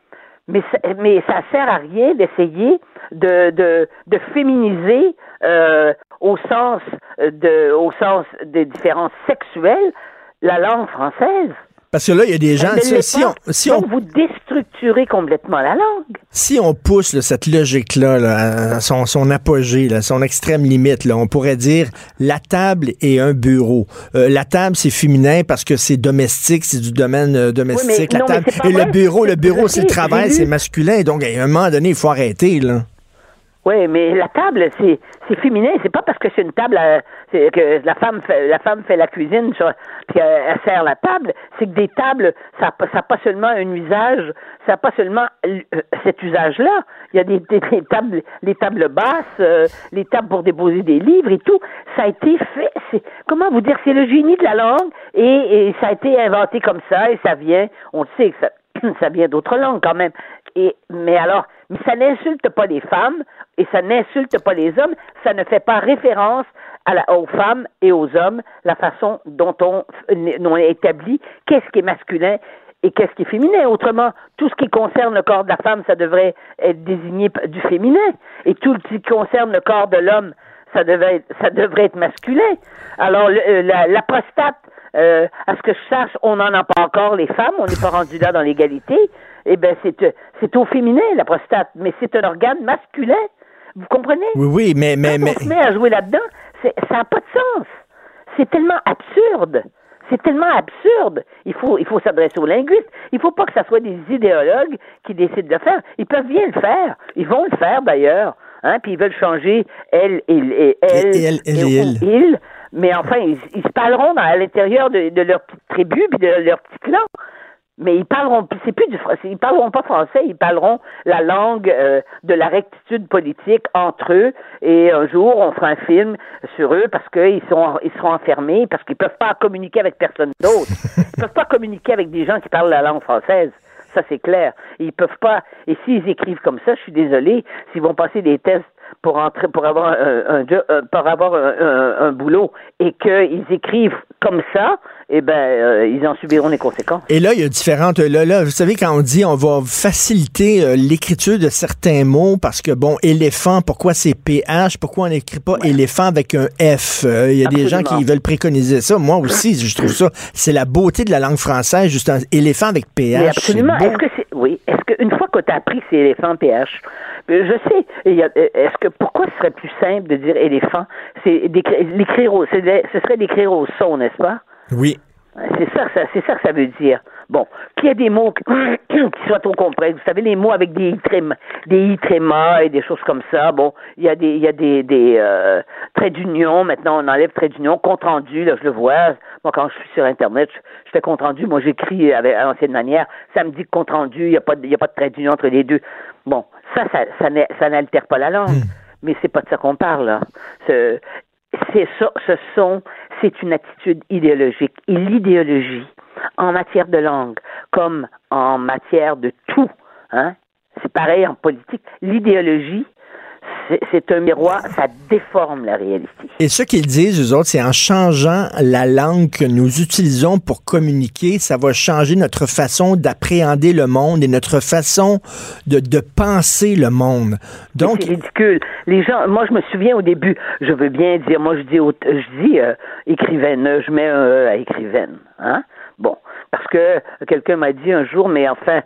Mais, mais ça sert à rien d'essayer de, de, de féminiser euh, au sens de, au sens des différences sexuelles la langue française. Parce que là, il y a des gens... Si, si on, si Donc, on, vous déstructurez complètement la langue. Si on pousse là, cette logique-là là, à son, son apogée, là, son extrême limite, là, on pourrait dire la table et un bureau. Euh, la table, c'est féminin parce que c'est domestique, c'est du domaine euh, domestique. Oui, mais, la non, table. mais Et vrai. le bureau, le bureau, c'est, c'est le travail, c'est masculin. Donc, à un moment donné, il faut arrêter, là. Oui, mais la table, c'est, c'est féminin. C'est pas parce que c'est une table à, c'est que la femme fait, la femme fait la cuisine, sur, puis elle, elle sert la table. C'est que des tables, ça n'a pas seulement un usage, ça n'a pas seulement euh, cet usage-là. Il y a des, des, des tables, les tables basses, euh, les tables pour déposer des livres et tout. Ça a été fait. C'est, comment vous dire, c'est le génie de la langue et, et ça a été inventé comme ça et ça vient. On le sait que ça, ça vient d'autres langues quand même. Et, mais alors, mais ça n'insulte pas les femmes et ça n'insulte pas les hommes, ça ne fait pas référence à la, aux femmes et aux hommes, la façon dont on, on établit qu'est-ce qui est masculin et qu'est-ce qui est féminin. Autrement, tout ce qui concerne le corps de la femme, ça devrait être désigné du féminin. Et tout ce qui concerne le corps de l'homme, ça devrait être, ça devrait être masculin. Alors, le, la, la prostate, euh, à ce que je sache, on n'en a pas encore les femmes, on n'est pas rendu là dans l'égalité. Eh bien, c'est, c'est au féminin, la prostate, mais c'est un organe masculin. Vous comprenez? Oui, oui, mais... mais, Quand mais... on se met à jouer là-dedans, c'est, ça n'a pas de sens. C'est tellement absurde. C'est tellement absurde. Il faut, il faut s'adresser aux linguistes. Il ne faut pas que ça soit des idéologues qui décident de le faire. Ils peuvent bien le faire. Ils vont le faire, d'ailleurs. Hein? Puis ils veulent changer elle et, et elle, et, elle, elle, et, et elle. il. Mais enfin, ils, ils se parleront dans, à l'intérieur de, de leur petite tribu puis de leur petit clan. Mais ils parleront, c'est plus du français, ils parleront pas français, ils parleront la langue euh, de la rectitude politique entre eux. Et un jour, on fera un film sur eux parce qu'ils sont, ils seront enfermés, parce qu'ils peuvent pas communiquer avec personne d'autre. Ils peuvent pas communiquer avec des gens qui parlent la langue française. Ça, c'est clair. Ils peuvent pas. Et s'ils écrivent comme ça, je suis désolé, s'ils vont passer des tests pour entrer, pour avoir un, un, un pour avoir un, un, un boulot et qu'ils écrivent comme ça, eh ben, euh, ils en subiront les conséquences. Et là, il y a différentes... Là, là, vous savez, quand on dit on va faciliter euh, l'écriture de certains mots, parce que, bon, éléphant, pourquoi c'est P H? Pourquoi on n'écrit pas ouais. éléphant avec un F? Il euh, y a Absolument. Des gens qui veulent préconiser ça. Moi aussi, je trouve ça... C'est la beauté de la langue française, juste un éléphant avec P H. Mais absolument. Est-ce que c'est... Oui. Est-ce qu'une fois que tu as appris que c'est éléphant P H, je sais, il y a, est-ce que... Pourquoi ce serait plus simple de dire éléphant? C'est d'écrire, l'écrire au... C'est de, ce serait d'écrire au son, n'est-ce pas? Oui. C'est ça, ça, c'est ça que ça veut dire. Bon, qu'il y ait des mots qui, qui soient au complet. Vous savez, les mots avec des i tréma, des i tréma et des choses comme ça. Bon, il y a des, il y a des, des euh, traits d'union. Maintenant, on enlève traits d'union. Compte rendu, là, je le vois. Moi, quand je suis sur Internet, je, je fais compte rendu. Moi, j'écris avec, à l'ancienne manière. Ça me dit que compte rendu, il n'y a pas, il y a pas de trait d'union entre les deux. Bon, ça, ça, ça, ça n'altère pas la langue. Mmh. Mais c'est pas de ça qu'on parle, là. Ce, c'est ça, ce sont, c'est une attitude idéologique. Et l'idéologie, en matière de langue, comme en matière de tout, hein, c'est pareil en politique, l'idéologie, c'est, c'est un miroir, ça déforme la réalité. Et ce qu'ils disent, eux autres, c'est en changeant la langue que nous utilisons pour communiquer, ça va changer notre façon d'appréhender le monde et notre façon de, de penser le monde. Donc, c'est ridicule. Les gens, moi, je me souviens au début, je veux bien dire, moi, je dis, je dis euh, écrivaine, je mets un E à écrivaine, hein. Bon, parce que quelqu'un m'a dit un jour, mais enfin,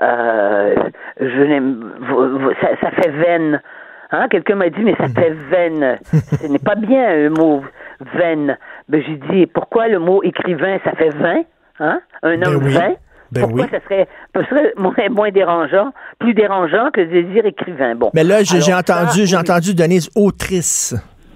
euh, je n'aime, ça, ça fait veine. Hein, quelqu'un m'a dit, mais ça fait veine. Ce n'est pas bien un mot veine. Ben, j'ai dit, pourquoi le mot écrivain, ça fait vin? Hein? Un homme ben oui. vain? Ben pourquoi oui. ça serait, ça serait moins, moins dérangeant, plus dérangeant que de dire écrivain? Bon. Mais là, j'ai, Alors, j'ai entendu, ça, j'ai oui. entendu Denise autrice.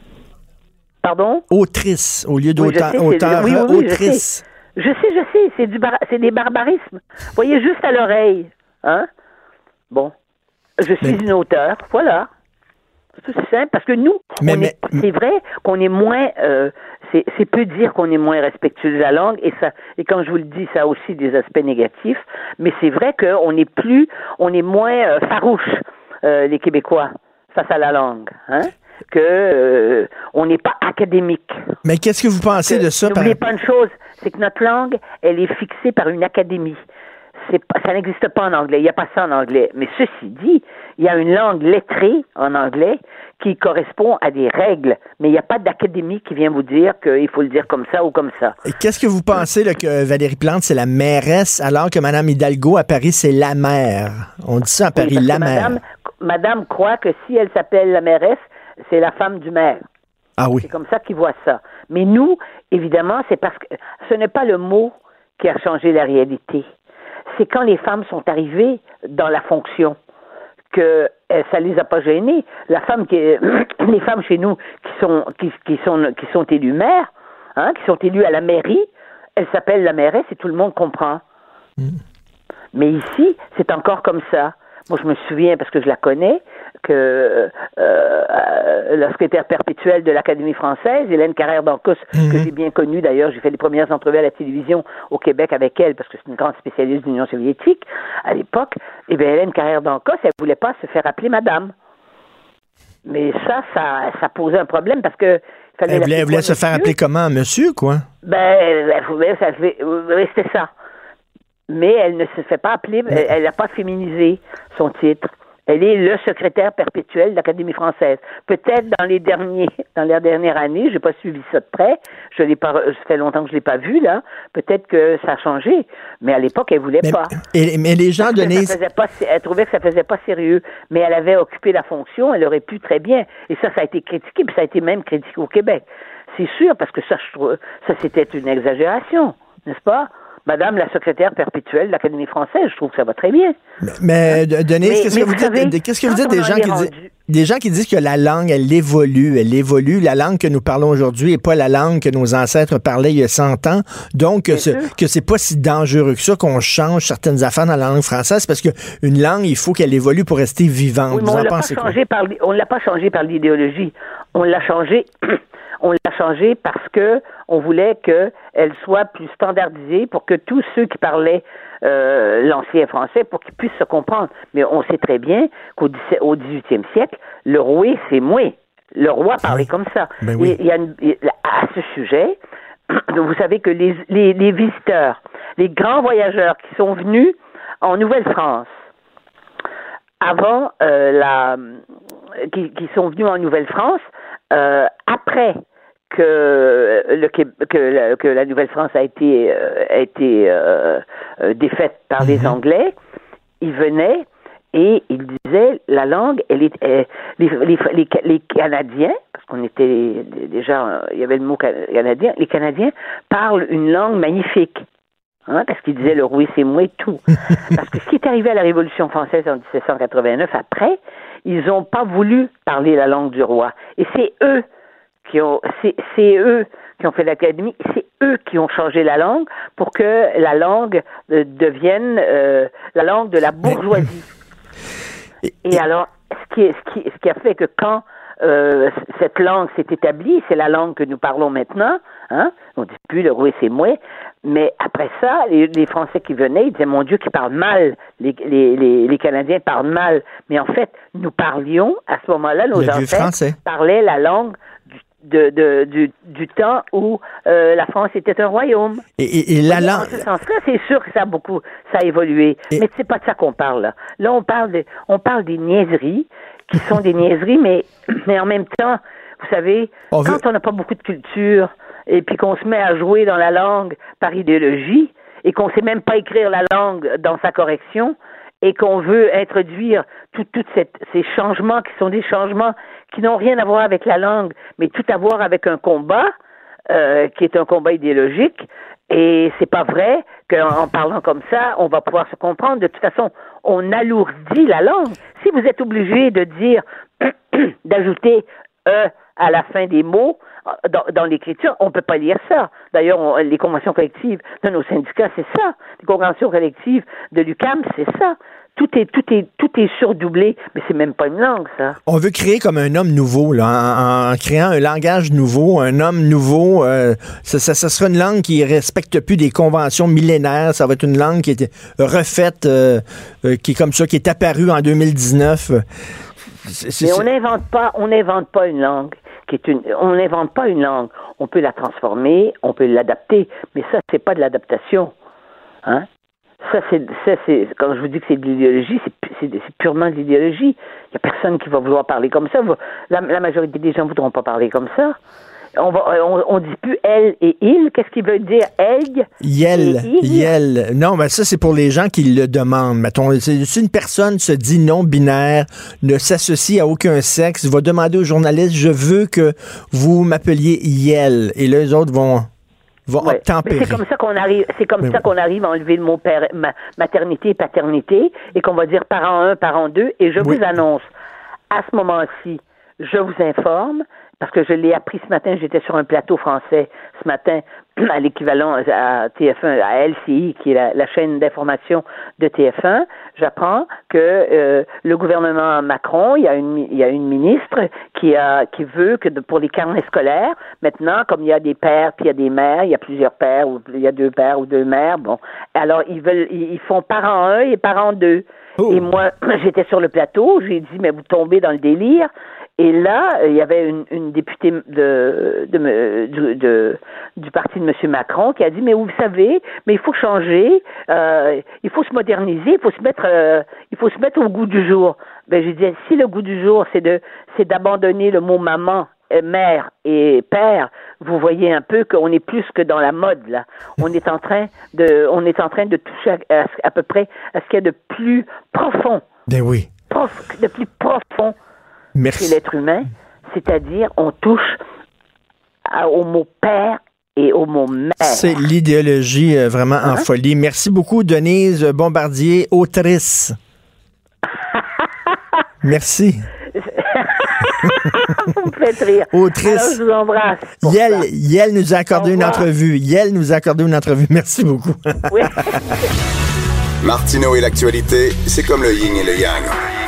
Pardon? Autrice, au lieu oui, d'auteur, sais, auteur, oui, oui, oui, autrice. Je sais, je sais, je sais c'est, du bar... c'est des barbarismes. Vous voyez, juste à l'oreille. Hein? Bon. Je suis mais... une auteure, voilà. C'est tout simple, parce que nous, mais, on mais, est, c'est vrai qu'on est moins, euh, c'est, c'est peu dire qu'on est moins respectueux de la langue, et ça, et comme je vous le dis, ça a aussi des aspects négatifs, mais c'est vrai qu'on est plus, on est moins euh, farouche, euh, les Québécois, face à la langue, hein, que euh, on n'est pas académique. Mais qu'est-ce que vous pensez que, de ça? N'oubliez par... pas une chose, c'est que notre langue, elle est fixée par une académie. c'est pas, ça n'existe pas en anglais. Il n'y a pas ça en anglais. Mais ceci dit, il y a une langue lettrée en anglais qui correspond à des règles. Mais il n'y a pas d'académie qui vient vous dire qu'il faut le dire comme ça ou comme ça. Et qu'est-ce que vous pensez là, que Valérie Plante, c'est la mairesse, alors que Mme Hidalgo, à Paris, c'est la maire? On dit ça à Paris, oui, la maire. Madame, Madame croit que si elle s'appelle la mairesse, c'est la femme du maire. Ah oui. C'est comme ça qu'ils voient ça. Mais nous, évidemment, c'est parce que ce n'est pas le mot qui a changé la réalité. C'est quand les femmes sont arrivées dans la fonction que eh, ça les a pas gênées. La femme qui, les femmes chez nous qui sont qui, qui sont qui sont élues maires, hein, qui sont élues à la mairie, elles s'appellent la mairesse et tout le monde comprend. Mm. Mais ici, c'est encore comme ça. Moi, je me souviens, parce que je la connais, que euh, euh, la secrétaire perpétuelle de l'Académie française, Hélène Carrère-Dancos, mm-hmm. que j'ai bien connue d'ailleurs, j'ai fait les premières entrevues à la télévision au Québec avec elle, parce que c'est une grande spécialiste de l'Union soviétique à l'époque, et bien Hélène Carrère-Dancos, elle ne voulait pas se faire appeler madame. Mais ça, ça, ça posait un problème, parce que fallait elle voulait, elle voulait se faire appeler comment? Monsieur, quoi? Ben, ça, oui, c'était ça. Mais elle ne se fait pas appeler, mais... elle n'a pas féminisé son titre. Elle est le secrétaire perpétuel de l'Académie française. Peut-être dans les derniers, dans les dernières années, j'ai pas suivi ça de près. Je l'ai pas, ça fait longtemps que je l'ai pas vu là. Peut-être que ça a changé, mais à l'époque, elle voulait mais, pas. Et, mais les gens donnaient, elle trouvait que ça faisait pas sérieux. Mais elle avait occupé la fonction, elle aurait pu très bien. Et ça, ça a été critiqué, puis ça a été même critiqué au Québec. C'est sûr, parce que ça, je trouve, ça c'était une exagération, n'est-ce pas? Madame la secrétaire perpétuelle de l'Académie française, je trouve que ça va très bien. Mais, mais Denise, qu'est-ce que vous dites, qu'est-ce que vous dites des gens qui disent, des gens qui disent que la langue, elle évolue, elle évolue. La langue que nous parlons aujourd'hui n'est pas la langue que nos ancêtres parlaient il y a cent ans. Donc, que, ce, que c'est pas si dangereux que ça qu'on change certaines affaires dans la langue française, parce qu'une langue, il faut qu'elle évolue pour rester vivante. Oui, mais vous en pensez quoi? Par, on ne l'a pas changé par l'idéologie. On l'a changé... On l'a changé parce que on voulait qu'elle soit plus standardisée pour que tous ceux qui parlaient euh, l'ancien français, pour qu'ils puissent se comprendre. Mais on sait très bien qu'au dix-huitième siècle, le roi, c'est moi. Le roi parlait oui. comme ça. Ben oui. Et, il y a une, à ce sujet, vous savez que les, les, les visiteurs, les grands voyageurs qui sont venus en Nouvelle-France, avant euh, la... Qui, qui sont venus en Nouvelle-France, Euh, après que, le, que, la, que la Nouvelle-France a été, euh, a été euh, défaite par mm-hmm. les Anglais, ils venaient et ils disaient la langue, elle est, elle, les, les, les, les Canadiens, parce qu'on était déjà, il y avait le mot canadien, les Canadiens parlent une langue magnifique. Hein, parce qu'ils disaient le roi c'est moi et tout. Parce que ce qui est arrivé à la Révolution française en dix-sept cent quatre-vingt-neuf, après, ils n'ont pas voulu parler la langue du roi. Et c'est eux qui ont, c'est, c'est eux qui ont fait l'Académie, c'est eux qui ont changé la langue pour que la langue euh, devienne euh, la langue de la bourgeoisie. Et alors, ce qui, est, ce, qui, ce qui a fait que quand euh, cette langue s'est établie, c'est la langue que nous parlons maintenant, hein, on ne dit plus le roi c'est moi, mais après ça, les, les Français qui venaient, ils disaient, mon Dieu, qu'ils parlent mal, les, les, les, les Canadiens parlent mal, mais en fait, nous parlions, à ce moment-là, nos ancêtres parlaient la langue du, de, de, du, du temps où euh, la France était un royaume. Et, et, et la langue... En ce sens-là, c'est sûr que ça a beaucoup, ça a évolué, et... mais c'est pas de ça qu'on parle, là. Là, on parle, de, on parle des niaiseries, qui sont des niaiseries, mais, mais en même temps, vous savez, on quand veut... on n'a pas beaucoup de culture, et puis qu'on se met à jouer dans la langue par idéologie, et qu'on ne sait même pas écrire la langue dans sa correction, et qu'on veut introduire tous tout ces changements qui sont des changements qui n'ont rien à voir avec la langue, mais tout à voir avec un combat, euh, qui est un combat idéologique, et c'est pas vrai qu'en parlant comme ça, on va pouvoir se comprendre. De toute façon, on alourdit la langue. Si vous êtes obligé de dire, d'ajouter « e » à la fin des mots, dans, dans l'écriture, on ne peut pas lire ça. D'ailleurs, on, les conventions collectives de nos syndicats, c'est ça. Les conventions collectives de l'U Q A M, c'est ça. Tout est, tout est, tout est surdoublé, mais c'est même pas une langue, ça. On veut créer comme un homme nouveau, là, en, en créant un langage nouveau, un homme nouveau. Euh, ça, ça, ça sera une langue qui respecte plus des conventions millénaires. Ça va être une langue qui est refaite, euh, euh, qui est comme ça, qui est apparue en deux mille dix-neuf. C'est, c'est, mais on n'invente pas, on n'invente pas une langue. Qui est une, on n'invente pas une langue. On peut la transformer, on peut l'adapter, mais ça, c'est pas de l'adaptation. Hein? Ça, c'est, ça, c'est, quand je vous dis que c'est de l'idéologie, c'est, c'est, c'est purement de l'idéologie. Il n'y a personne qui va vouloir parler comme ça. La, la majorité des gens ne voudront pas parler comme ça. On va, on, on dit plus elle et il. Qu'est-ce qu'il veut dire elle? Yel, yel. Non, mais ça, c'est pour les gens qui le demandent. Mettons, si une personne se dit non-binaire, ne s'associe à aucun sexe, va demander au journaliste, je veux que vous m'appeliez Yel. Et là, les autres vont... vont ouais. obtempérer. Mais c'est comme ça qu'on arrive, c'est comme mais ça oui. qu'on arrive à enlever le mot père, ma, maternité et paternité, et qu'on va dire parent un, parent deux, et je oui. vous annonce, à ce moment-ci, je vous informe, parce que je l'ai appris ce matin, j'étais sur un plateau français ce matin, à l'équivalent à T F un, à L C I, qui est la, la chaîne d'information de T F un, j'apprends que euh, le gouvernement Macron, il y a une il y a une ministre qui a qui veut que de, pour les carnets scolaires, maintenant, comme il y a des pères puis il y a des mères, il y a plusieurs pères ou il y a deux pères ou deux mères, bon, alors ils veulent ils font parent un et parent deux. Oh. Et moi, j'étais sur le plateau, j'ai dit mais vous tombez dans le délire. Et là, il y avait une, une députée de, de, de, de, de, du parti de M. Macron qui a dit, mais vous savez, mais il faut changer, euh, il faut se moderniser, il faut se mettre, euh, il faut se mettre au goût du jour. Ben, j'ai dit, si le goût du jour, c'est de, c'est d'abandonner le mot maman, mère et père, vous voyez un peu qu'on est plus que dans la mode, là. On est en train de, on est en train de toucher à, à, à peu près à ce qu'il y a de plus profond. Ben oui. Prof, de plus profond. Merci. Chez l'être humain, c'est-à-dire on touche à, au mot père et au mot mère. C'est l'idéologie euh, vraiment hein? en folie. Merci beaucoup, Denise Bombardier, autrice. Merci. Vous me faites rire. Autrice. Alors, je vous embrasse. Yel, Yel nous a accordé une entrevue. Yel nous a accordé une entrevue. Merci beaucoup. Oui. Martineau et l'actualité, c'est comme le yin et le yang.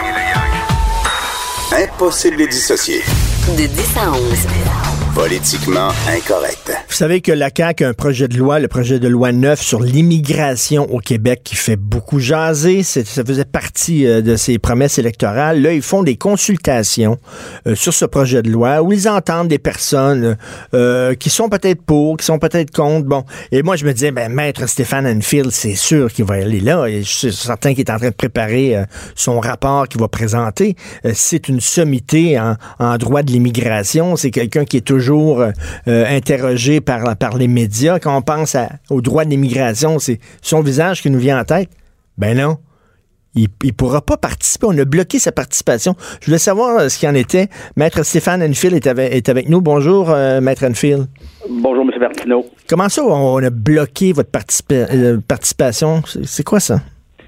Impossible de les dissocier. De dix à onze. Politiquement incorrect. Vous savez que la C A Q a un projet de loi, le projet de loi neuf sur l'immigration au Québec qui fait beaucoup jaser. C'est, ça faisait partie euh, de ses promesses électorales. Là, ils font des consultations euh, sur ce projet de loi où ils entendent des personnes euh, qui sont peut-être pour, qui sont peut-être contre. Bon, et moi, je me disais, ben, Maître Stéphane Enfield, c'est sûr qu'il va aller là. Et je suis certain qu'il est en train de préparer euh, son rapport qu'il va présenter. Euh, c'est une sommité en, en droit de l'immigration. C'est quelqu'un qui est toujours toujours euh, interrogé par, par les médias. Quand on pense à, au droit de l'immigration, c'est son visage qui nous vient en tête. Ben non. Il ne pourra pas participer. On a bloqué sa participation. Je voulais savoir euh, ce qu'il en était. Maître Stéphane Enfield est avec, est avec nous. Bonjour, euh, Maître Enfield. Bonjour, M. Martineau. Comment ça, on a bloqué votre participa- euh, participation? C'est, c'est quoi ça?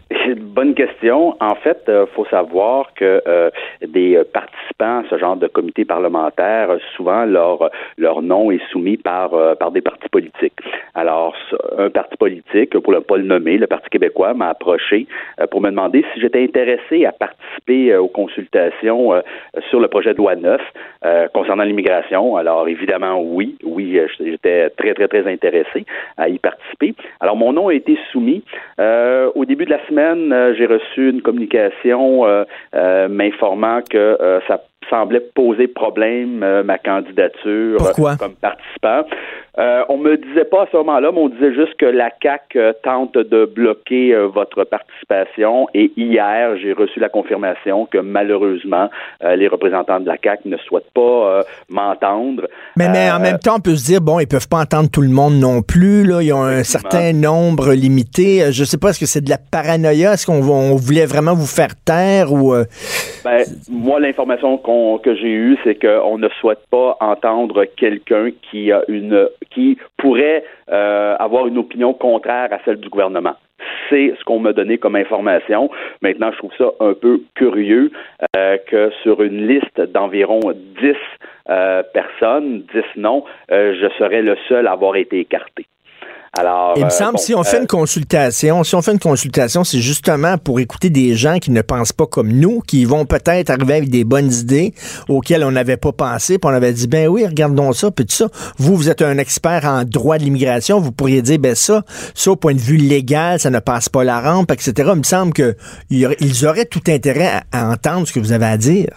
Bonne question. En fait, il euh, faut savoir que euh, des participants à ce genre de comité parlementaire, souvent leur leur nom est soumis par euh, par des partis politiques. Alors, un parti politique, pour ne pas le nommer, le Parti québécois, m'a approché euh, pour me demander si j'étais intéressé à participer euh, aux consultations euh, sur le projet de loi neuf euh, concernant l'immigration. Alors, évidemment, oui, oui, j'étais très, très, très intéressé à y participer. Alors, mon nom a été soumis. Euh, au début de la semaine, euh, j'ai reçu une communication euh, euh, m'informant que euh, ça semblait poser problème, euh, ma candidature Pourquoi? Euh, comme participant. Euh, on me disait pas à ce moment-là, mais on disait juste que la C A Q euh, tente de bloquer euh, votre participation. Et hier, j'ai reçu la confirmation que malheureusement, euh, les représentants de la C A Q ne souhaitent pas euh, m'entendre. Mais, mais euh, en même temps, on peut se dire, bon, ils peuvent pas entendre tout le monde non plus. Là, ils ont un certain nombre limité. Je sais pas, est-ce que c'est de la paranoïa? Est-ce qu'on on voulait vraiment vous faire taire? ou euh... Ben, moi, l'information qu'on, que j'ai eue, c'est qu'on ne souhaite pas entendre quelqu'un qui a une qui pourrait euh, avoir une opinion contraire à celle du gouvernement. C'est ce qu'on m'a donné comme information. Maintenant, je trouve ça un peu curieux euh, que sur une liste d'environ dix euh, personnes, dix noms, euh, je serais le seul à avoir été écarté. Alors, il me euh, semble, bon, si on fait euh, une consultation, si on fait une consultation, c'est justement pour écouter des gens qui ne pensent pas comme nous, qui vont peut-être arriver avec des bonnes idées auxquelles on n'avait pas pensé, puis on avait dit, ben oui, regardons ça, puis tout ça. Vous, vous êtes un expert en droit de l'immigration, vous pourriez dire, ben ça, ça, au point de vue légal, ça ne passe pas la rampe, et cetera. Il me semble qu'ils auraient tout intérêt à, à entendre ce que vous avez à dire.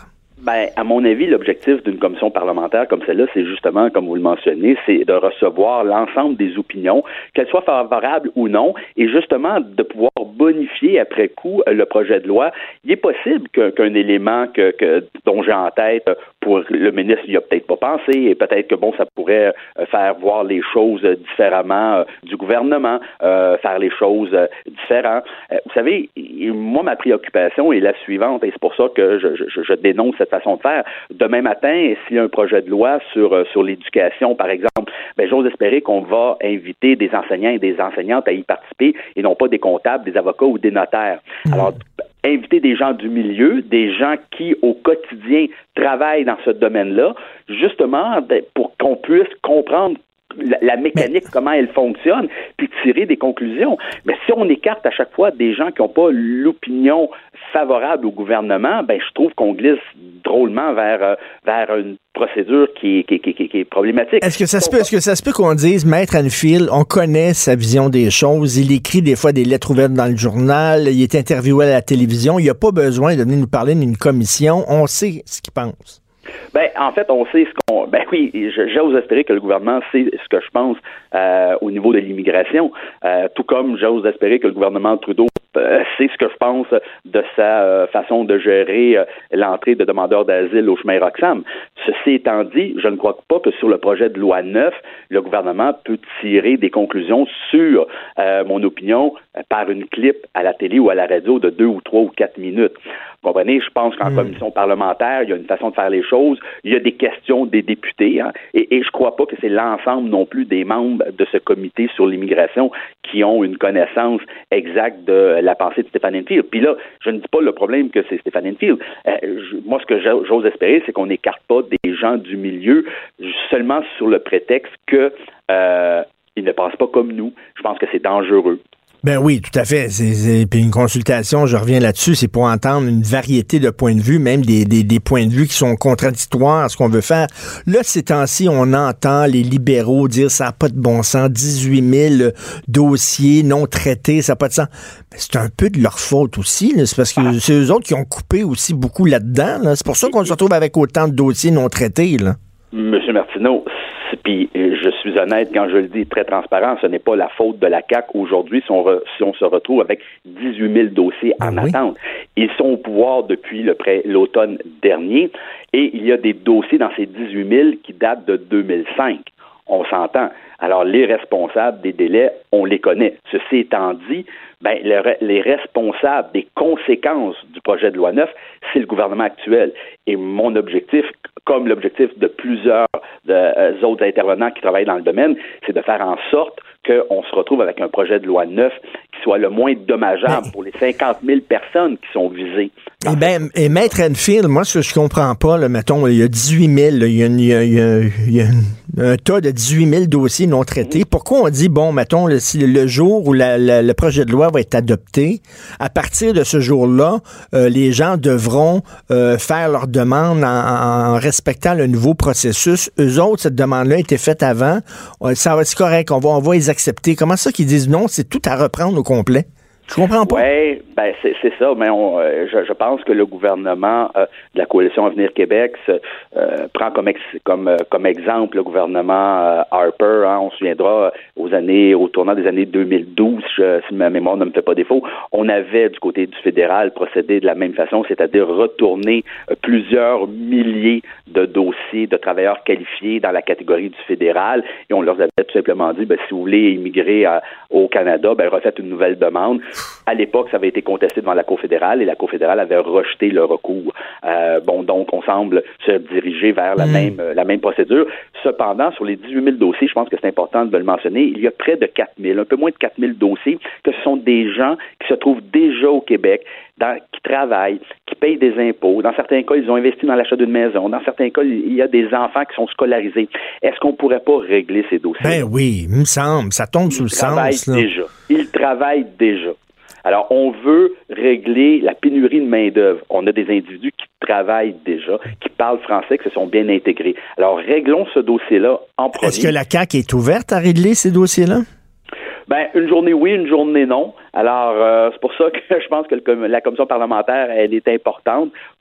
Ben, à mon avis, l'objectif d'une commission parlementaire comme celle-là, c'est justement, comme vous le mentionnez, c'est de recevoir l'ensemble des opinions, qu'elles soient favorables ou non, et justement de pouvoir bonifier après coup le projet de loi. Il est possible que, qu'un élément que, que dont j'ai en tête, pour le ministre n'y a peut-être pas pensé, et peut-être que bon, ça pourrait faire voir les choses différemment euh, du gouvernement, euh, faire les choses euh, différentes. Euh, vous savez, moi, ma préoccupation est la suivante, et c'est pour ça que je, je, je dénonce cette façon de faire. Demain matin, s'il y a un projet de loi sur, euh, sur l'éducation, par exemple, ben, j'ose espérer qu'on va inviter des enseignants et des enseignantes à y participer, et non pas des comptables, des avocats ou des notaires. Mmh. Alors, inviter des gens du milieu, des gens qui, au quotidien, travaillent dans ce domaine-là, justement, pour qu'on puisse comprendre la, la mécanique, mais... comment elle fonctionne, puis tirer des conclusions. Mais si on écarte à chaque fois des gens qui n'ont pas l'opinion favorable au gouvernement, ben je trouve qu'on glisse drôlement vers, euh, vers une procédure qui, qui, qui, qui, qui est problématique. Est-ce que ça se peut, est-ce que ça se peut qu'on dise, Maître Anfield, on connaît sa vision des choses, il écrit des fois des lettres ouvertes dans le journal, il est interviewé à la télévision, il n'y a pas besoin de venir nous parler d'une commission, on sait ce qu'il pense. Ben, en fait, on sait ce qu'on... Ben oui, j'ose espérer que le gouvernement sait ce que je pense euh, au niveau de l'immigration, euh, tout comme j'ose espérer que le gouvernement Trudeau euh, sait ce que je pense de sa euh, façon de gérer euh, l'entrée de demandeurs d'asile au chemin Roxham. Ceci étant dit, je ne crois pas que sur le projet de loi neuf, le gouvernement peut tirer des conclusions sur euh, mon opinion euh, par une clip à la télé ou à la radio de deux ou trois ou quatre minutes. Vous comprenez? Je pense qu'en mmh. commission parlementaire, il y a une façon de faire les choses. Il y a des questions des députés, hein, et, et je crois pas que c'est l'ensemble non plus des membres de ce comité sur l'immigration qui ont une connaissance exacte de la pensée de Stephen Enfield. Puis là, je ne dis pas le problème que c'est Stephen Enfield. Euh, je, moi, ce que j'ose espérer, c'est qu'on n'écarte pas des gens du milieu seulement sur le prétexte que euh, ils ne pensent pas comme nous. Je pense que c'est dangereux. Ben oui, tout à fait. C'est, c'est, puis une consultation, je reviens là-dessus, c'est pour entendre une variété de points de vue, même des, des, des points de vue qui sont contradictoires à ce qu'on veut faire. Là, ces temps-ci, on entend les libéraux dire ça n'a pas de bon sens, dix-huit mille dossiers non traités, ça n'a pas de sens. Mais c'est un peu de leur faute aussi, là. C'est parce que ah. c'est eux autres qui ont coupé aussi beaucoup là-dedans. Là. C'est pour ça qu'on se retrouve avec autant de dossiers non traités, là. Monsieur Martineau, puis je suis honnête quand je le dis très transparent, ce n'est pas la faute de la C A Q aujourd'hui si on, re, si on se retrouve avec dix-huit mille dossiers en ah oui. attente. Ils sont au pouvoir depuis le pré, l'automne dernier et il y a des dossiers dans ces dix-huit mille qui datent de deux mille cinq. On s'entend. Alors, les responsables des délais, on les connaît. Ceci étant dit, ben, le, les responsables des conséquences du projet de loi neuf, c'est le gouvernement actuel. Et mon objectif, comme l'objectif de plusieurs de, euh, autres intervenants qui travaillent dans le domaine, c'est de faire en sorte qu'on se retrouve avec un projet de loi neuf qui soit le moins dommageable pour les cinquante mille personnes qui sont visées. Et, ben, et Maître Enfield, moi, ce que je comprends pas, là, mettons, il y a dix-huit mille, là, il y a, une, il y a, il y a, il y a une, un tas de dix-huit mille dossiers non traités. Mmh. Pourquoi on dit, bon, mettons, le, si le jour où la, la, le projet de loi va être adopté, à partir de ce jour-là, euh, les gens devront euh, faire leur demande en, en respectant le nouveau processus. Eux autres, cette demande-là a été faite avant. Ça va être correct, on va, on va les accepter. Comment ça qu'ils disent non, c'est tout à reprendre au complet? Je comprends pas. Oui, ben c'est, c'est ça, mais on, euh, je, je pense que le gouvernement euh, de la Coalition Avenir Québec se, euh, prend comme, ex, comme, euh, comme exemple le gouvernement euh, Harper. Hein, on se souviendra aux années, au tournant des années deux mille douze, je, si ma mémoire ne me fait pas défaut, on avait du côté du fédéral procédé de la même façon, c'est-à-dire retourner euh, plusieurs milliers de dossiers de travailleurs qualifiés dans la catégorie du fédéral, et on leur avait tout simplement dit, ben, si vous voulez immigrer à, au Canada, ben refaites une nouvelle demande. À l'époque, ça avait été contesté devant la Cour fédérale et la Cour fédérale avait rejeté le recours. Euh, bon, donc, on semble se diriger vers la, mmh. même, euh, la même procédure. Cependant, sur les dix-huit mille dossiers, je pense que c'est important de le mentionner, il y a près de quatre mille, un peu moins de quatre mille dossiers, que ce sont des gens qui se trouvent déjà au Québec, dans, qui travaillent, qui payent des impôts. Dans certains cas, ils ont investi dans l'achat d'une maison. Dans certains cas, il y a des enfants qui sont scolarisés. Est-ce qu'on pourrait pas régler ces dossiers? Ben oui, il me semble. Ça tombe sous le sens. Là. Déjà. Ils travaillent déjà. Alors, on veut régler la pénurie de main-d'œuvre. On a des individus qui travaillent déjà, qui parlent français, qui se sont bien intégrés. Alors, réglons ce dossier-là en premier. Est-ce que la C A Q est ouverte à régler ces dossiers-là? Ben, une journée oui, une journée non. Alors, euh, c'est pour ça que je pense que le, la commission parlementaire, elle est importante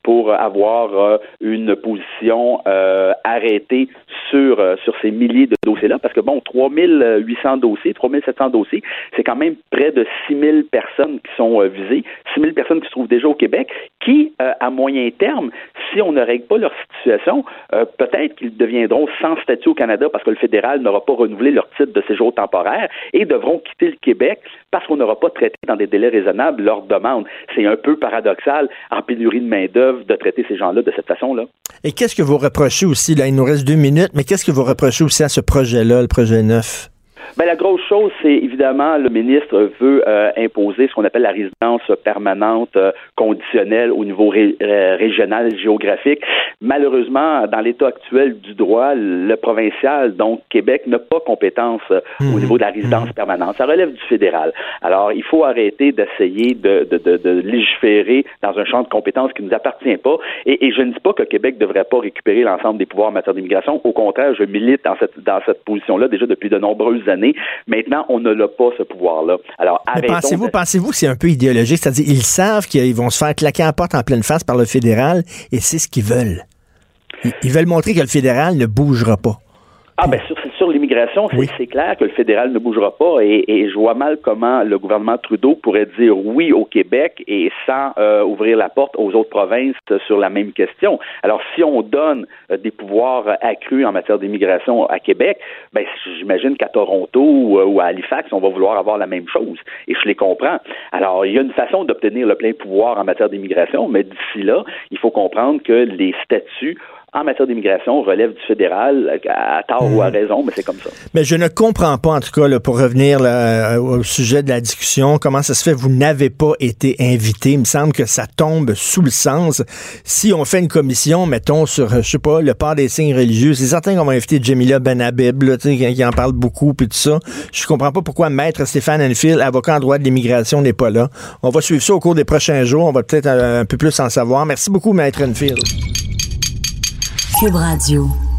pour avoir euh, une position euh, arrêtée sur euh, sur ces milliers de dossiers-là, parce que bon, trois mille huit cents dossiers, trois mille sept cents dossiers, c'est quand même près de six mille personnes qui sont euh, visées, six mille personnes qui se trouvent déjà au Québec, qui, euh, à moyen terme, si on ne règle pas leur situation, euh, peut-être qu'ils deviendront sans statut au Canada parce que le fédéral n'aura pas renouvelé leur titre de séjour temporaire et devront quitter le Québec parce qu'on n'aura pas traité dans des délais raisonnables leur demande. C'est un peu paradoxal, en pénurie de main-d'œuvre, de traiter ces gens-là de cette façon-là. Et qu'est-ce que vous reprochez aussi, là, il nous reste deux minutes, mais qu'est-ce que vous reprochez aussi à ce projet-là, le projet neuf? Ben, la grosse chose, c'est évidemment, le ministre veut euh, imposer ce qu'on appelle la résidence permanente euh, conditionnelle au niveau ré- euh, régional géographique. Malheureusement, dans l'état actuel du droit, le provincial, donc Québec, n'a pas compétence euh, mmh. au niveau de la résidence mmh. permanente. Ça relève du fédéral. Alors, il faut arrêter d'essayer de, de, de, de légiférer dans un champ de compétences qui ne nous appartient pas. Et, et je ne dis pas que Québec ne devrait pas récupérer l'ensemble des pouvoirs en matière d'immigration. Au contraire, je milite dans cette, dans cette position-là déjà depuis de nombreuses années. Maintenant, on ne l'a pas, ce pouvoir-là. Alors, mais pensez-vous, de... pensez-vous que c'est un peu idéologique? C'est-à-dire, ils savent qu'ils vont se faire claquer en porte en pleine face par le fédéral et c'est ce qu'ils veulent. Ils veulent montrer que le fédéral ne bougera pas. Ah, bien sûr, sur l'immigration, c'est, oui. c'est clair que le fédéral ne bougera pas et, et je vois mal comment le gouvernement Trudeau pourrait dire oui au Québec et sans euh, ouvrir la porte aux autres provinces sur la même question. Alors, si on donne euh, des pouvoirs accrus en matière d'immigration à Québec, ben j'imagine qu'à Toronto ou, ou à Halifax, on va vouloir avoir la même chose et je les comprends. Alors, il y a une façon d'obtenir le plein pouvoir en matière d'immigration, mais d'ici là, il faut comprendre que les statuts en matière d'immigration relève du fédéral, à tort mmh. ou à raison, mais c'est comme ça. Mais je ne comprends pas, en tout cas, là, pour revenir là, au sujet de la discussion, comment ça se fait que vous n'avez pas été invité. Il me semble que ça tombe sous le sens. Si on fait une commission, mettons, sur, je sais pas, le port des signes religieux, c'est certain qu'on va inviter Jamila Benhabib, là, qui en parle beaucoup, puis tout ça. Je comprends pas pourquoi Maître Stéphane Enfield, avocat en droit de l'immigration, n'est pas là. On va suivre ça au cours des prochains jours. On va peut-être un, un peu plus en savoir. Merci beaucoup, Maître Enfield. Cube Radio.